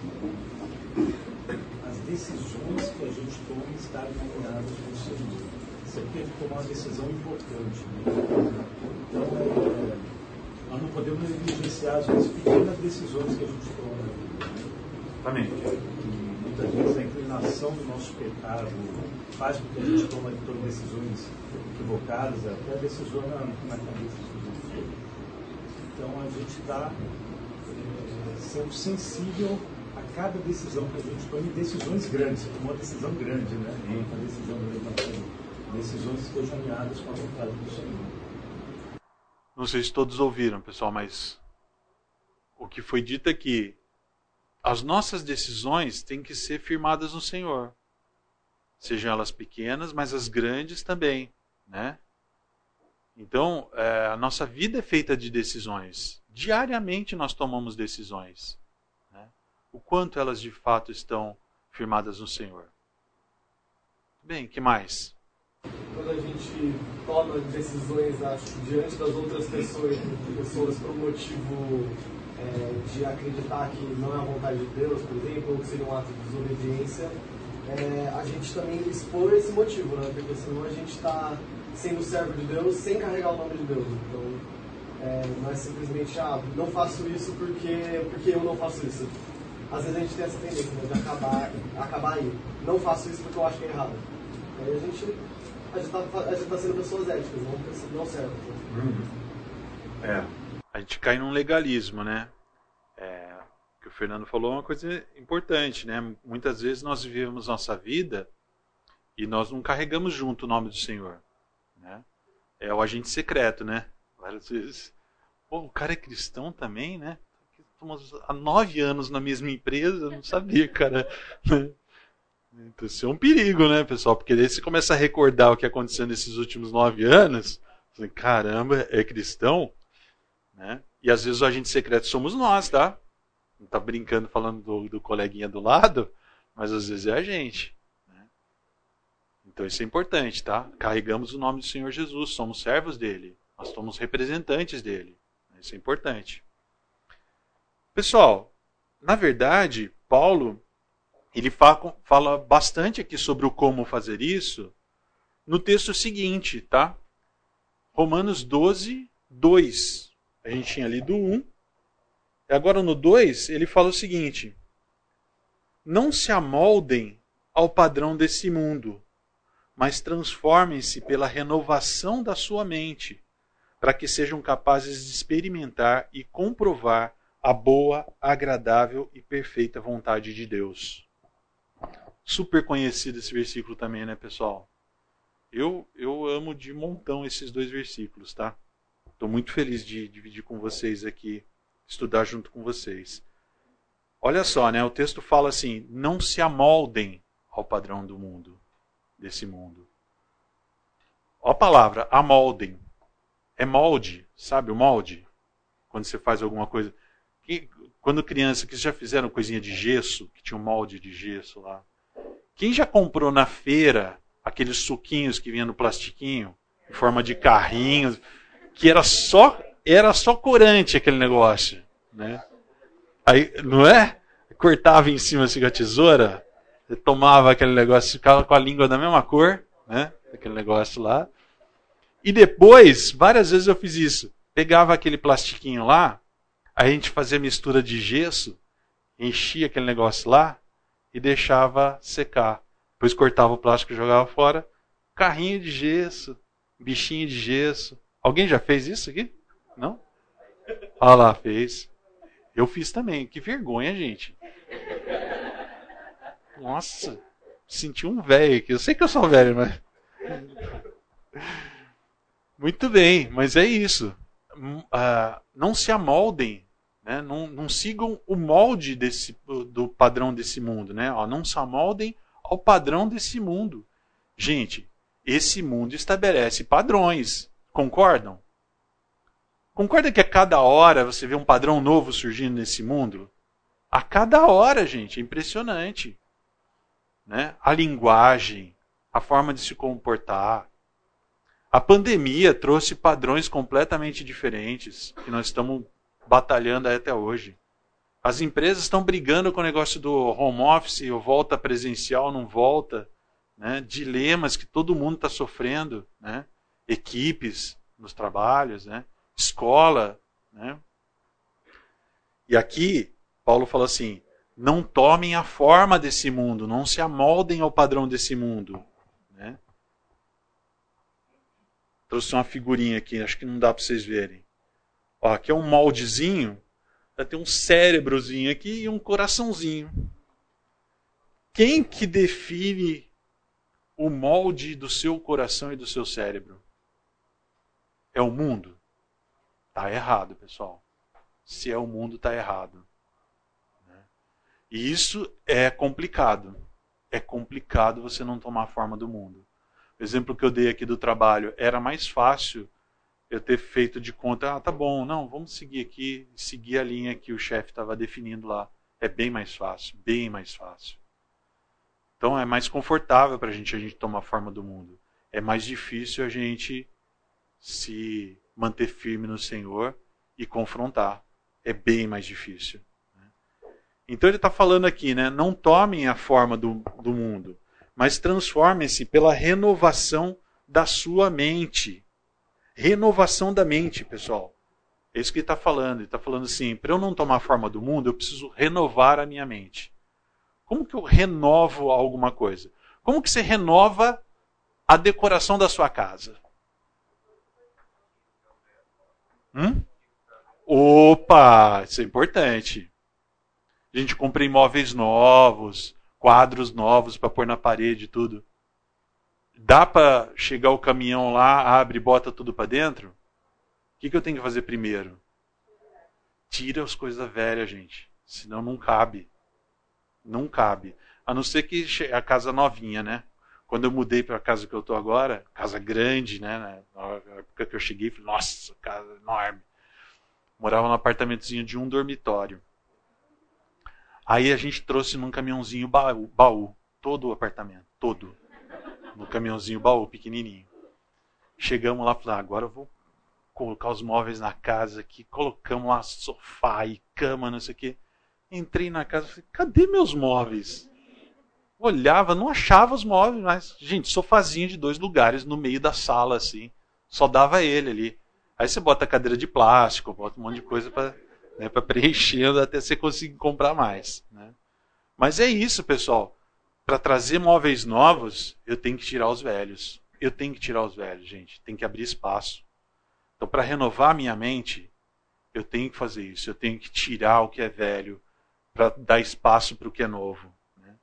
As decisões que a gente toma estão alinhadas com o Senhor. Você tem que tomar uma decisão importante, né? Então, nós não podemos negligenciar as pequenas decisões que a gente toma. Também. E muitas vezes a inclinação do nosso pecado faz com que a gente tome decisões equivocadas, até decisões na cabeça dos outros. Então a gente está sendo sensível a cada decisão que a gente toma, e decisões grandes, uma decisão grande, né? Uma decisão grande, decisões que estejam alinhadas com a vontade do Senhor. Não sei se todos ouviram, pessoal, mas o que foi dito é que as nossas decisões têm que ser firmadas no Senhor. Sejam elas pequenas, mas as grandes também, né? Então, a nossa vida é feita de decisões. Diariamente nós tomamos decisões, né? O quanto elas de fato estão firmadas no Senhor. Bem, que mais? Quando a gente toma decisões, acho, diante das outras pessoas por um motivo de acreditar que não é a vontade de Deus, por exemplo, ou que seria um ato de desobediência, a gente também expor esse motivo, né? Porque senão a gente está sendo servo de Deus sem carregar o nome de Deus. Então, não é simplesmente, não faço isso porque eu não faço isso. Às vezes a gente tem essa tendência, né, de acabar aí. Não faço isso porque eu acho que é errado. Aí a gente está sendo pessoas éticas, não servos. A gente cai num legalismo, né? O que o Fernando falou é uma coisa importante, né? Muitas vezes nós vivemos nossa vida e nós não carregamos junto o nome do Senhor, né? É o agente secreto, né? Várias vezes. Pô, o cara é cristão também, né? Estamos há 9 anos na mesma empresa, eu não sabia, cara. Então isso é um perigo, né, pessoal? Porque daí você começa a recordar o que aconteceu nesses últimos 9 anos. Você, caramba, é cristão? Né? E às vezes o agente secreto somos nós, tá? Não tá brincando falando do coleguinha do lado, mas às vezes é a gente, né? Então isso é importante, tá? Carregamos o nome do Senhor Jesus, somos servos dele, nós somos representantes dele. Isso é importante. Pessoal, na verdade, Paulo, ele fala bastante aqui sobre o como fazer isso no texto seguinte, tá? Romanos 12, 2. A gente tinha lido 1. E agora no 2, ele fala o seguinte: não se amoldem ao padrão desse mundo, mas transformem-se pela renovação da sua mente, para que sejam capazes de experimentar e comprovar a boa, agradável e perfeita vontade de Deus. Super conhecido esse versículo também, né, pessoal? Eu amo de montão esses 2 versículos, tá? Estou muito feliz de dividir com vocês aqui, estudar junto com vocês. Olha só, né? O texto fala assim: não se amoldem ao padrão do mundo, desse mundo. Olha a palavra, amoldem. É molde, sabe o molde? Quando você faz alguma coisa. Quando criança, que já fizeram coisinha de gesso, que tinha um molde de gesso lá. Quem já comprou na feira aqueles suquinhos que vinha no plastiquinho, em forma de carrinhos, que era só corante aquele negócio, né? Aí, não é? Cortava em cima assim com a tesoura, você tomava aquele negócio, ficava com a língua da mesma cor, né? Aquele negócio lá. E depois, várias vezes eu fiz isso. Pegava aquele plastiquinho lá, a gente fazia mistura de gesso, enchia aquele negócio lá e deixava secar. Depois cortava o plástico e jogava fora. Carrinho de gesso, bichinho de gesso. Alguém já fez isso aqui? Não? Ah lá, fez. Eu fiz também. Que vergonha, gente. Nossa, senti um velho aqui. Eu sei que eu sou velho, mas... Muito bem, mas é isso. Não se amoldem Né? Não sigam o molde do padrão desse mundo. Né? Ó, não se amoldem ao padrão desse mundo. Gente, esse mundo estabelece padrões. Concordam? Concorda que a cada hora você vê um padrão novo surgindo nesse mundo? A cada hora, gente. É impressionante. Né? A linguagem, a forma de se comportar. A pandemia trouxe padrões completamente diferentes que nós estamos batalhando até hoje. As empresas estão brigando com o negócio do home office, ou volta presencial, não volta. Né? Dilemas que todo mundo está sofrendo. Né? Equipes nos trabalhos, né? Escola. Né? E aqui, Paulo fala assim, não tomem a forma desse mundo, não se amoldem ao padrão desse mundo. Né? Trouxe uma figurinha aqui, acho que não dá para vocês verem. Ó, aqui é um moldezinho, tem um cérebrozinho aqui e um coraçãozinho. Quem que define o molde do seu coração e do seu cérebro? É o mundo? Tá errado, pessoal. Se é o mundo, tá errado. E isso é complicado. É complicado você não tomar a forma do mundo. O exemplo que eu dei aqui do trabalho, era mais fácil eu ter feito de conta, tá bom, não, vamos seguir aqui, seguir a linha que o chefe estava definindo lá. É bem mais fácil, bem mais fácil. Então é mais confortável para a gente tomar a forma do mundo. É mais difícil a gente se manter firme no Senhor e confrontar. É bem mais difícil. Então ele está falando aqui, né? Não tomem a forma do mundo, mas transformem-se pela renovação da sua mente. Renovação da mente, pessoal. É isso que ele está falando. Ele está falando assim, para eu não tomar a forma do mundo, eu preciso renovar a minha mente. Como que eu renovo alguma coisa? Como que você renova a decoração da sua casa? Opa, isso é importante. A gente compra imóveis novos, quadros novos para pôr na parede e tudo. Dá para chegar o caminhão lá, abre e bota tudo para dentro? O que eu tenho que fazer primeiro? Tira as coisas velhas, gente. Senão não cabe. Não cabe. A não ser que a casa novinha, né? Quando eu mudei para a casa que eu estou agora, casa grande, né? Na época que eu cheguei, falei, nossa, casa enorme. Morava num apartamentozinho de um dormitório. Aí a gente trouxe num caminhãozinho baú. Todo o apartamento, todo. No caminhãozinho baú, pequenininho. Chegamos lá e falamos, agora eu vou colocar os móveis na casa aqui. Colocamos lá sofá e cama, não sei o quê. Entrei na casa e falei, cadê meus móveis? Olhava, não achava os móveis, mas, gente, sofazinho de 2 lugares no meio da sala, assim. Só dava ele ali. Aí você bota a cadeira de plástico, bota um monte de coisa para preenchendo até você conseguir comprar mais. Né? Mas é isso, pessoal. Para trazer móveis novos, eu tenho que tirar os velhos. Eu tenho que tirar os velhos, gente. Tem que abrir espaço. Então, para renovar a minha mente, eu tenho que fazer isso. Eu tenho que tirar o que é velho para dar espaço para o que é novo. Né?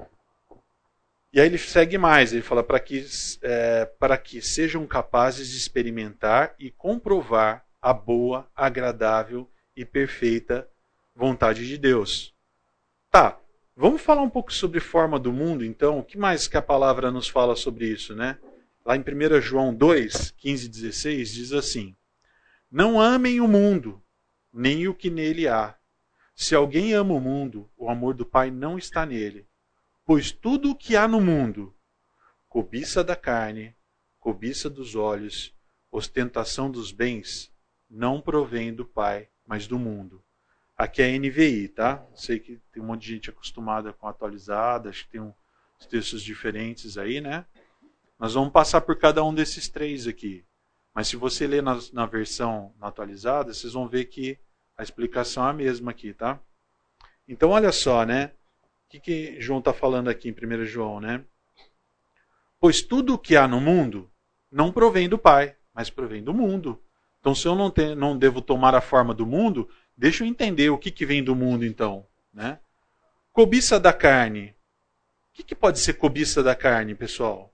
E aí ele segue mais. Ele fala para que sejam capazes de experimentar e comprovar a boa, agradável e perfeita vontade de Deus. Tá, vamos falar um pouco sobre forma do mundo, então. O que mais que a palavra nos fala sobre isso, né? Lá em 1 João 2, 15 e 16, diz assim, não amem o mundo, nem o que nele há. Se alguém ama o mundo, o amor do Pai não está nele. Pois tudo o que há no mundo, cobiça da carne, cobiça dos olhos, ostentação dos bens, não provém do Pai, mas do mundo. Aqui é a NVI, tá? Sei que tem um monte de gente acostumada com atualizada, acho que tem uns textos diferentes aí, né? Nós vamos passar por cada um desses 3 aqui. Mas se você ler na versão atualizada, vocês vão ver que a explicação é a mesma aqui, tá? Então, olha só, né? O que João está falando aqui em 1 João, né? Pois tudo o que há no mundo não provém do Pai, mas provém do mundo. Então, se eu não devo tomar a forma do mundo, deixa eu entender o que vem do mundo, então. Né? Cobiça da carne. O que pode ser cobiça da carne, pessoal?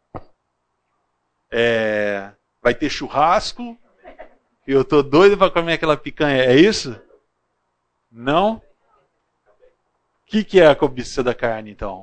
Vai ter churrasco, e eu tô doido para comer aquela picanha. É isso? Não? O que é a cobiça da carne, então?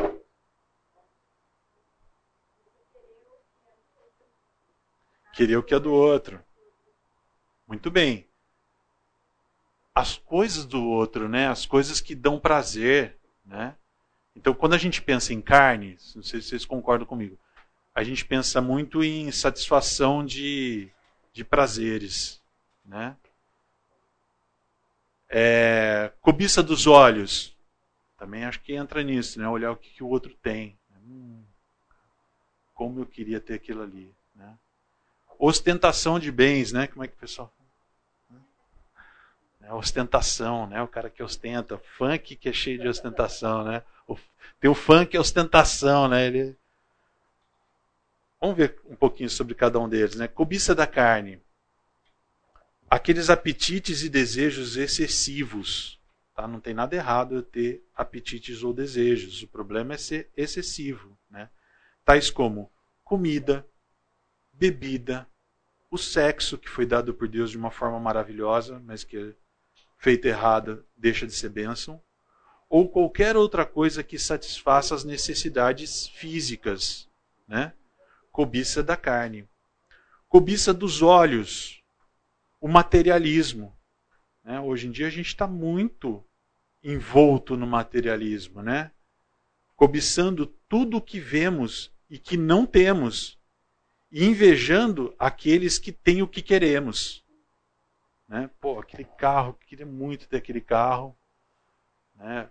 Querer o que é do outro. Muito bem. As coisas do outro, né? As coisas que dão prazer, né? Então, quando a gente pensa em carne, não sei se vocês concordam comigo, a gente pensa muito em satisfação de prazeres, né? Cobiça dos olhos, também acho que entra nisso, né? Olhar o que o outro tem. Como eu queria ter aquilo ali, né? Ostentação de bens, né? Como é que o pessoal... ostentação, né? O cara que ostenta, funk que é cheio de ostentação, né? Tem o funk que é ostentação, né? Vamos ver um pouquinho sobre cada um deles, né? Cobiça da carne. Aqueles apetites e desejos excessivos. Tá? Não tem nada errado eu ter apetites ou desejos. O problema é ser excessivo, né? Tais como comida, bebida, o sexo que foi dado por Deus de uma forma maravilhosa, mas que feita errada deixa de ser bênção, ou qualquer outra coisa que satisfaça as necessidades físicas, né? Cobiça da carne. Cobiça dos olhos, o materialismo, né? Hoje em dia a gente está muito envolto no materialismo, né? Cobiçando tudo o que vemos e que não temos, e invejando aqueles que têm o que queremos. Né? Pô, aquele carro, queria muito ter aquele carro. Né?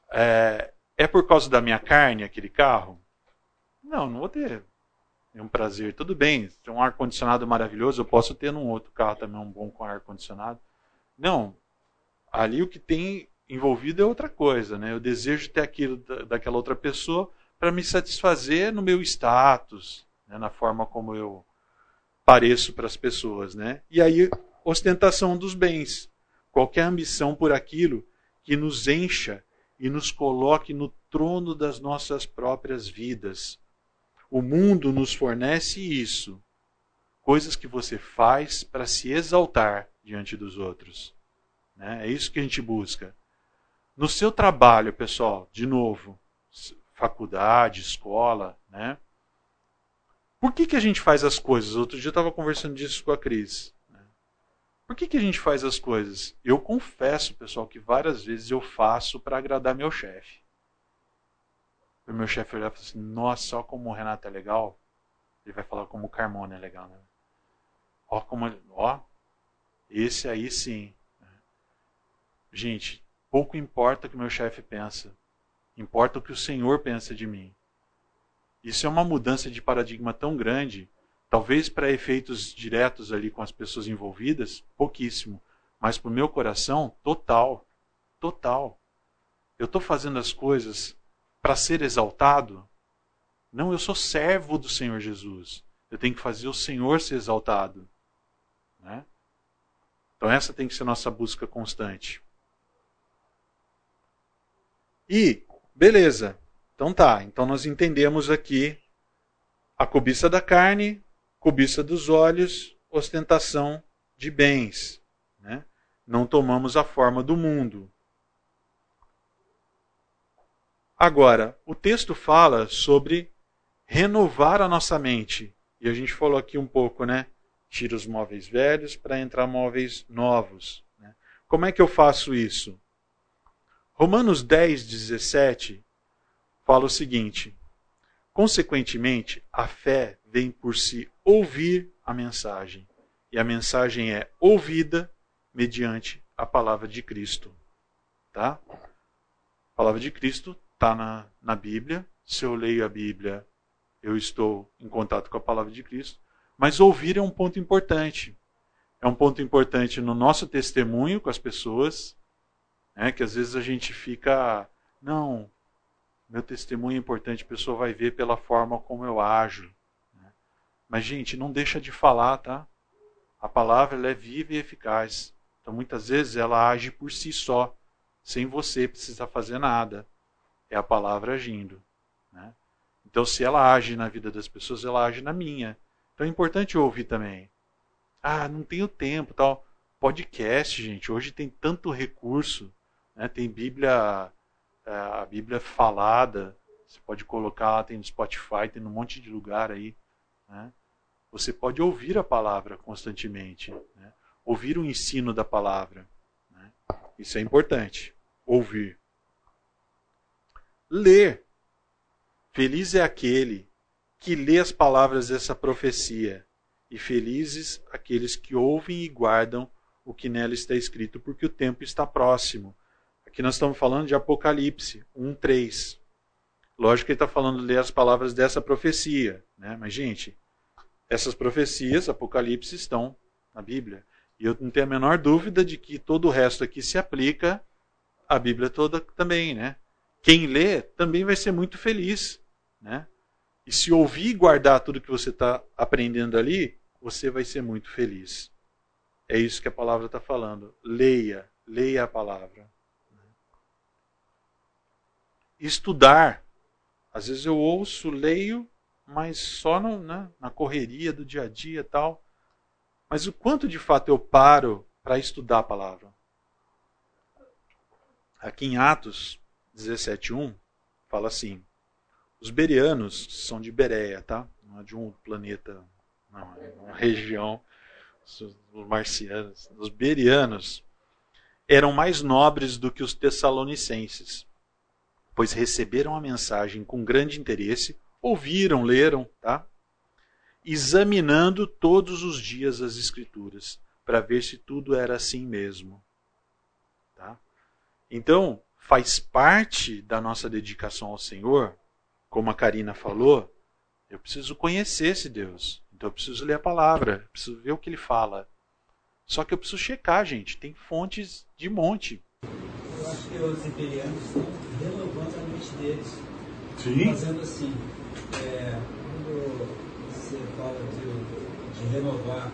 É por causa da minha carne aquele carro? Não vou ter. É um prazer. Tudo bem, tem um ar-condicionado maravilhoso, eu posso ter num outro carro também um bom com ar-condicionado. Não. Ali o que tem envolvido é outra coisa. Né? Eu desejo ter aquilo daquela outra pessoa para me satisfazer no meu status, né? Na forma como eu pareço para as pessoas. Né? E aí, ostentação dos bens. Qualquer ambição por aquilo que nos encha e nos coloque no trono das nossas próprias vidas. O mundo nos fornece isso. Coisas que você faz para se exaltar diante dos outros. Né? É isso que a gente busca. No seu trabalho, pessoal, de novo, faculdade, escola, né? Por que a gente faz as coisas? Outro dia eu estava conversando disso com a Cris. Por que a gente faz as coisas? Eu confesso, pessoal, que várias vezes eu faço para agradar meu chefe. O meu chefe olhar e falar assim, nossa, olha como o Renato é legal. Ele vai falar como o Carmona é legal, né? Ó, esse aí sim. Gente, pouco importa o que o meu chefe pensa. Importa o que o Senhor pensa de mim. Isso é uma mudança de paradigma tão grande. Talvez para efeitos diretos ali com as pessoas envolvidas, pouquíssimo. Mas para o meu coração, total. Total. Eu estou fazendo as coisas para ser exaltado? Não, eu sou servo do Senhor Jesus. Eu tenho que fazer o Senhor ser exaltado. Né? Então essa tem que ser a nossa busca constante. E, beleza. Então tá. Então nós entendemos aqui a cobiça da carne, cobiça dos olhos, ostentação de bens. Né? Não tomamos a forma do mundo. Agora, o texto fala sobre renovar a nossa mente. E a gente falou aqui um pouco, né? Tira os móveis velhos para entrar móveis novos. Né? Como é que eu faço isso? Romanos 10, 17 fala o seguinte: consequentemente, a fé vem por se ouvir a mensagem. E a mensagem é ouvida mediante a palavra de Cristo. Tá? A palavra de Cristo está na Bíblia. Se eu leio a Bíblia, eu estou em contato com a palavra de Cristo. Mas ouvir é um ponto importante. É um ponto importante no nosso testemunho com as pessoas. Né, que às vezes a gente fica... Não, meu testemunho é importante, a pessoa vai ver pela forma como eu ajo. Né? Mas, gente, não deixa de falar, tá? A palavra ela é viva e eficaz. Então, muitas vezes, ela age por si só, sem você precisar fazer nada. É a palavra agindo. Né? Então, se ela age na vida das pessoas, ela age na minha. Então, é importante ouvir também. Ah, não tenho tempo, tal. podcast, gente. Hoje tem tanto recurso, né? Tem Bíblia, a Bíblia falada. Você pode colocar, tem no Spotify, tem num monte de lugar aí, né? Você pode ouvir a palavra constantemente, né? Ouvir o ensino da palavra, né? Isso é importante. Ouvir. Ler. Feliz é aquele que lê as palavras dessa profecia, e felizes aqueles que ouvem e guardam o que nela está escrito, porque o tempo está próximo. Aqui nós estamos falando de Apocalipse 1:3. Lógico que ele está falando de ler as palavras dessa profecia, né? Mas, gente, essas profecias, Apocalipse, estão na Bíblia. E eu não tenho a menor dúvida de que todo o resto aqui se aplica à Bíblia toda também, né? Quem lê também vai ser muito feliz, né? E se ouvir e guardar tudo que você está aprendendo ali, você vai ser muito feliz. É isso que a palavra está falando. Leia a palavra. Estudar. Às vezes eu ouço, leio, mas só na correria do dia a dia e tal. Mas o quanto de fato eu paro para estudar a palavra? Aqui em Atos 17:1, fala assim: os bereanos são de Bereia, tá? Não é de um planeta, não, é uma região. Os marcianos, os bereanos, eram mais nobres do que os tessalonicenses, pois receberam a mensagem com grande interesse, ouviram, leram, tá? Examinando todos os dias as Escrituras, para ver se tudo era assim mesmo. Tá? Então, faz parte da nossa dedicação ao Senhor, como a Karina falou, eu preciso conhecer esse Deus. Então eu preciso ler a palavra, preciso ver o que ele fala. Só que eu preciso checar, gente. Tem fontes de monte. Eu acho que os imperianos estão renovando a mente deles. Sim. Fazendo assim, quando você fala de renovar,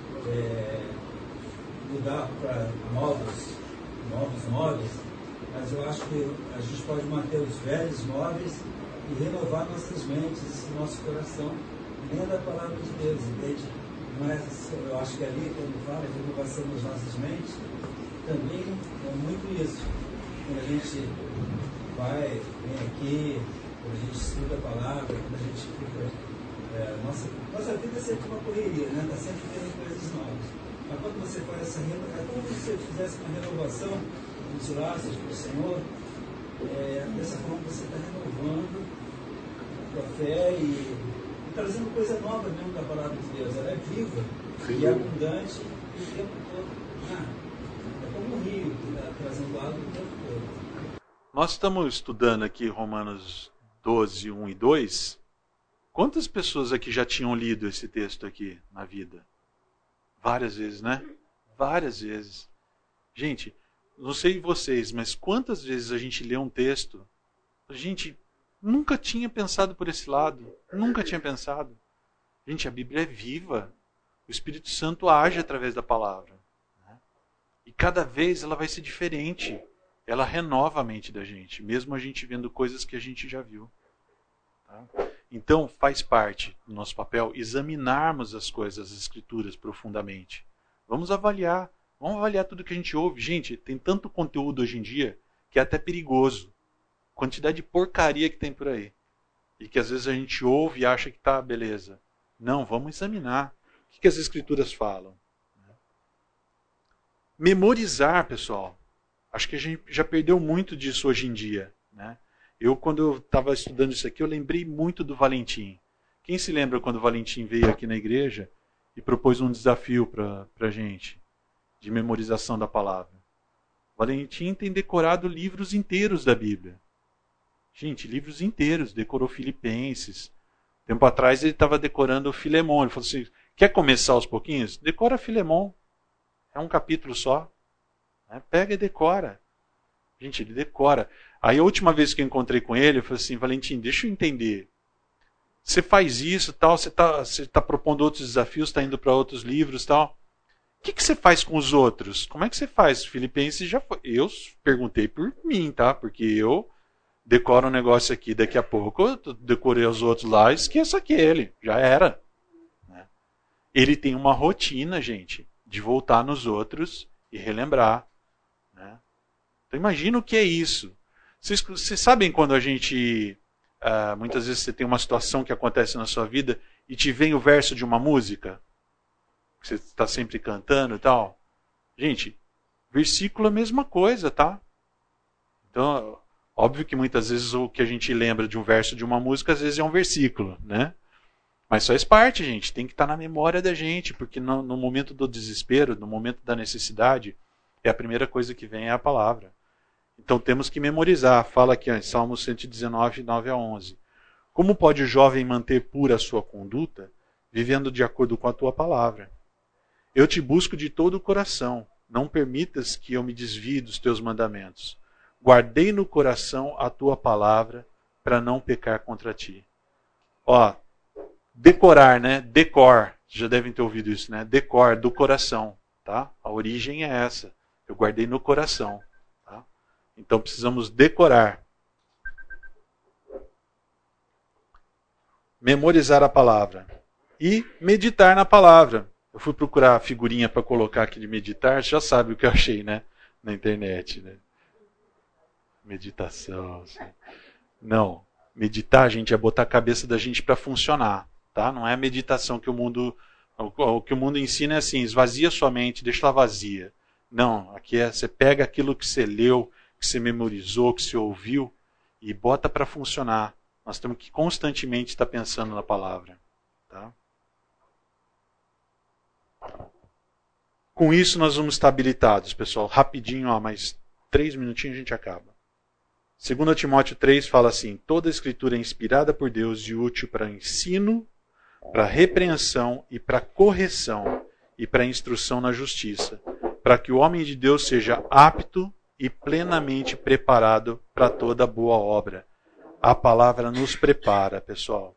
mudar para novos móveis, mas eu acho que a gente pode manter os velhos móveis e renovar nossas mentes, nosso coração, lendo a palavra de Deus, entende? Mas eu acho que ali, quando fala de renovação das nossas mentes, também é muito isso. Quando a gente vem aqui, quando a gente estuda a palavra, quando a gente fica... nossa vida é sempre uma correria, né? Está sempre tendo coisas novas. Mas quando você faz essa renovação, é como se você fizesse uma renovação dos laços do Senhor, dessa forma você está renovando a tua fé e trazendo coisa nova mesmo da palavra de Deus. Ela é viva e abundante o tempo todo. É como um rio que está trazendo água o tempo todo. Nós estamos estudando aqui Romanos 12, 1 e 2. Quantas pessoas aqui já tinham lido esse texto aqui na vida? Várias vezes, né? Várias vezes. Gente, não sei vocês, mas quantas vezes a gente lê um texto, a gente nunca tinha pensado por esse lado. Nunca tinha pensado. Gente, a Bíblia é viva. O Espírito Santo age através da palavra. Né? E cada vez ela vai ser diferente. Ela renova a mente da gente, mesmo a gente vendo coisas que a gente já viu. Tá? Então, faz parte do nosso papel examinarmos as coisas, as Escrituras, profundamente. Vamos avaliar tudo que a gente ouve. Gente, tem tanto conteúdo hoje em dia que é até perigoso. Quantidade de porcaria que tem por aí. E que às vezes a gente ouve e acha que tá beleza. Não, vamos examinar. O que as Escrituras falam? Memorizar, pessoal. Acho que a gente já perdeu muito disso hoje em dia. Né? Quando eu estava estudando isso aqui, eu lembrei muito do Valentim. Quem se lembra quando o Valentim veio aqui na igreja e propôs um desafio para a gente? De memorização da palavra. Valentim tem decorado livros inteiros da Bíblia. Gente, livros inteiros. Decorou Filipenses. Tempo atrás ele estava decorando o Filemão. Ele falou assim, quer começar aos pouquinhos? Decora Filemão. É um capítulo só. Pega e decora. Gente, ele decora. Aí a última vez que eu encontrei com ele, eu falei assim, Valentim, deixa eu entender. Você faz isso, tal, você tá propondo outros desafios, está indo para outros livros, tal. O que você faz com os outros? Como é que você faz? Filipenses já foi. Eu perguntei por mim, tá? Porque eu decoro um negócio aqui, daqui a pouco eu decorei os outros lá, esqueço aquele. Já era. Né? Ele tem uma rotina, gente, de voltar nos outros e relembrar. Né? Então imagina o que é isso. Vocês sabem quando a gente... muitas vezes você tem uma situação que acontece na sua vida e te vem o verso de uma música, que você está sempre cantando e tal. Gente, versículo é a mesma coisa, tá? Então, óbvio que muitas vezes o que a gente lembra de um verso de uma música, às vezes é um versículo, né? Mas faz parte, gente. Tem que estar na memória da gente, porque no momento do desespero, no momento da necessidade, a primeira coisa que vem é a palavra. Então temos que memorizar. Fala aqui em Salmo 119, 9 a 11. Como pode o jovem manter pura a sua conduta, vivendo de acordo com a tua palavra? Eu te busco de todo o coração. Não permitas que eu me desvie dos teus mandamentos. Guardei no coração a tua palavra para não pecar contra ti. Ó, decorar, né? Decor. Já devem ter ouvido isso, né? Decor, do coração. Tá? A origem é essa. Eu guardei no coração. Tá? Então precisamos decorar. Memorizar a palavra. E meditar na palavra. Eu fui procurar a figurinha para colocar aqui de meditar. Você já sabe o que eu achei, né? Na internet, né? Meditação. Assim. Não. Meditar, gente, é botar a cabeça da gente para funcionar. Tá? Não é a meditação que o mundo ensina é assim, esvazia sua mente, deixa ela vazia. Não, aqui é você pega aquilo que você leu, que você memorizou, que você ouviu e bota para funcionar. Nós temos que constantemente estar pensando na palavra. Tá? Com isso nós vamos estar habilitados, pessoal. Rapidinho, mais 3 minutinhos a gente acaba. 2 Timóteo 3 fala assim: toda a escritura é inspirada por Deus e útil para ensino, para repreensão e para correção e para instrução na justiça, para que o homem de Deus seja apto e plenamente preparado para toda boa obra. A palavra nos prepara, pessoal.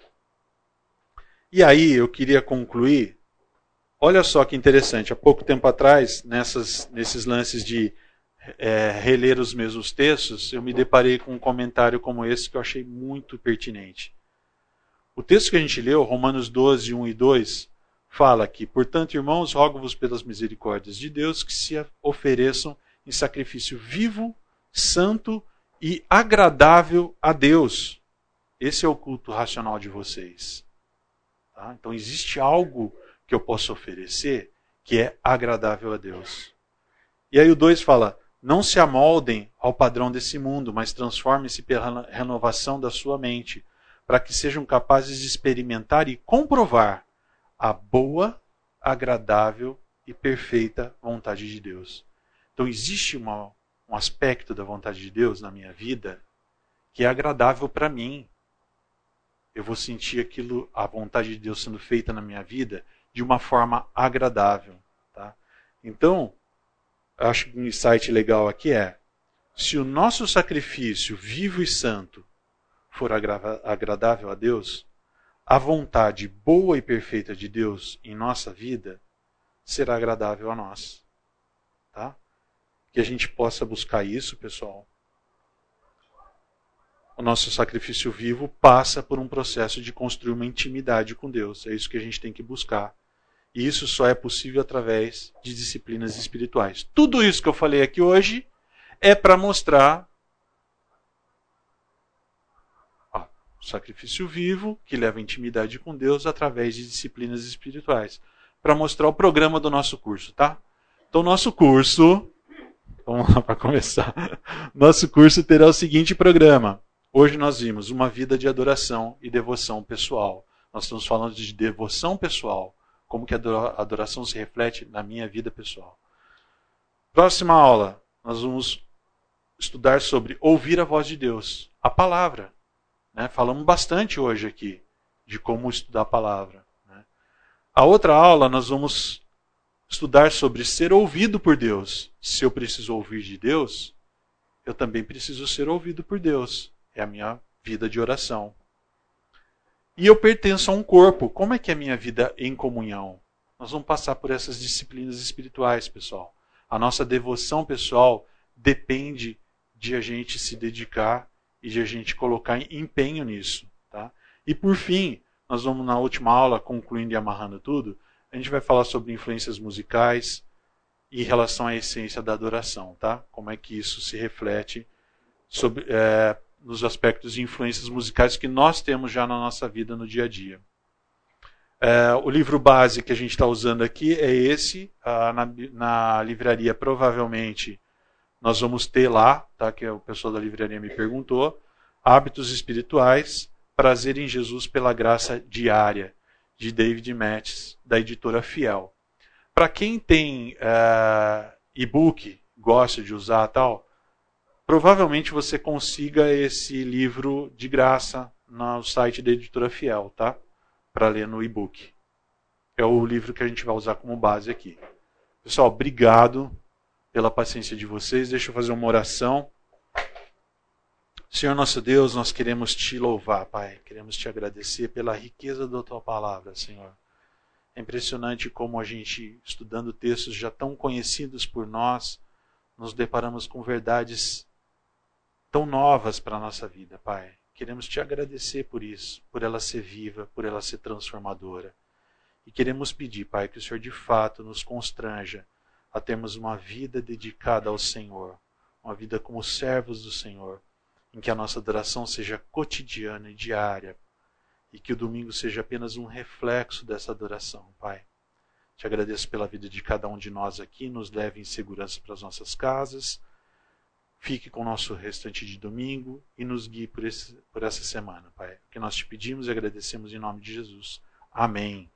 E aí eu queria concluir. Olha só que interessante. Há pouco tempo atrás, nesses lances de reler os mesmos textos, eu me deparei com um comentário como esse que eu achei muito pertinente. O texto que a gente leu, Romanos 12, 1 e 2, fala que, portanto, irmãos, rogo-vos pelas misericórdias de Deus que se ofereçam em sacrifício vivo, santo e agradável a Deus. Esse é o culto racional de vocês. Tá? Então existe algo que eu posso oferecer que é agradável a Deus. E aí o 2 fala, não se amoldem ao padrão desse mundo, mas transformem-se pela renovação da sua mente, para que sejam capazes de experimentar e comprovar a boa, agradável e perfeita vontade de Deus. Então existe um aspecto da vontade de Deus na minha vida que é agradável para mim. Eu vou sentir aquilo, a vontade de Deus sendo feita na minha vida de uma forma agradável. Tá? Então, acho que um insight legal aqui é, se o nosso sacrifício vivo e santo for agradável a Deus, a vontade boa e perfeita de Deus em nossa vida será agradável a nós. Tá? Que a gente possa buscar isso, pessoal. O nosso sacrifício vivo passa por um processo de construir uma intimidade com Deus. É isso que a gente tem que buscar. E isso só é possível através de disciplinas espirituais. Tudo isso que eu falei aqui hoje é para mostrar o sacrifício vivo que leva a intimidade com Deus através de disciplinas espirituais. Para mostrar o programa do nosso curso, tá? Então, nosso curso... Vamos lá para começar. Nosso curso terá o seguinte programa. Hoje nós vimos uma vida de adoração e devoção pessoal. Nós estamos falando de devoção pessoal. Como que a adoração se reflete na minha vida pessoal. Próxima aula, nós vamos estudar sobre ouvir a voz de Deus. A palavra. Né? Falamos bastante hoje aqui de como estudar a palavra. Né? A outra aula nós vamos estudar sobre ser ouvido por Deus. Se eu preciso ouvir de Deus, eu também preciso ser ouvido por Deus. É a minha vida de oração. E eu pertenço a um corpo. Como é que é a minha vida em comunhão? Nós vamos passar por essas disciplinas espirituais, pessoal. A nossa devoção pessoal depende de a gente se dedicar e de a gente colocar empenho nisso. Tá? E por fim, nós vamos na última aula, concluindo e amarrando tudo, A gente vai falar sobre influências musicais e em relação à essência da adoração, tá? Como é que isso se reflete sobre, nos aspectos de influências musicais que nós temos já na nossa vida no dia a dia. O livro base que a gente está usando aqui é esse. Na livraria provavelmente nós vamos ter lá, tá? Que o pessoal da livraria me perguntou, Hábitos Espirituais, Prazer em Jesus pela Graça Diária, de David Mattis, da editora Fiel. Para quem tem e-book, gosta de usar tal, provavelmente você consiga esse livro de graça no site da editora Fiel, tá? Para ler no e-book. É o livro que a gente vai usar como base aqui. Pessoal, obrigado pela paciência de vocês. Deixa eu fazer uma oração. Senhor nosso Deus, nós queremos te louvar, Pai. Queremos te agradecer pela riqueza da tua palavra, Senhor. É impressionante como a gente, estudando textos já tão conhecidos por nós, nos deparamos com verdades tão novas para a nossa vida, Pai. Queremos te agradecer por isso, por ela ser viva, por ela ser transformadora. E queremos pedir, Pai, que o Senhor de fato nos constranja a termos uma vida dedicada ao Senhor, uma vida como servos do Senhor, em que a nossa adoração seja cotidiana e diária, e que o domingo seja apenas um reflexo dessa adoração, Pai. Te agradeço pela vida de cada um de nós aqui, nos leve em segurança para as nossas casas, fique com o nosso restante de domingo e nos guie por essa semana, Pai. O que nós te pedimos e agradecemos em nome de Jesus. Amém.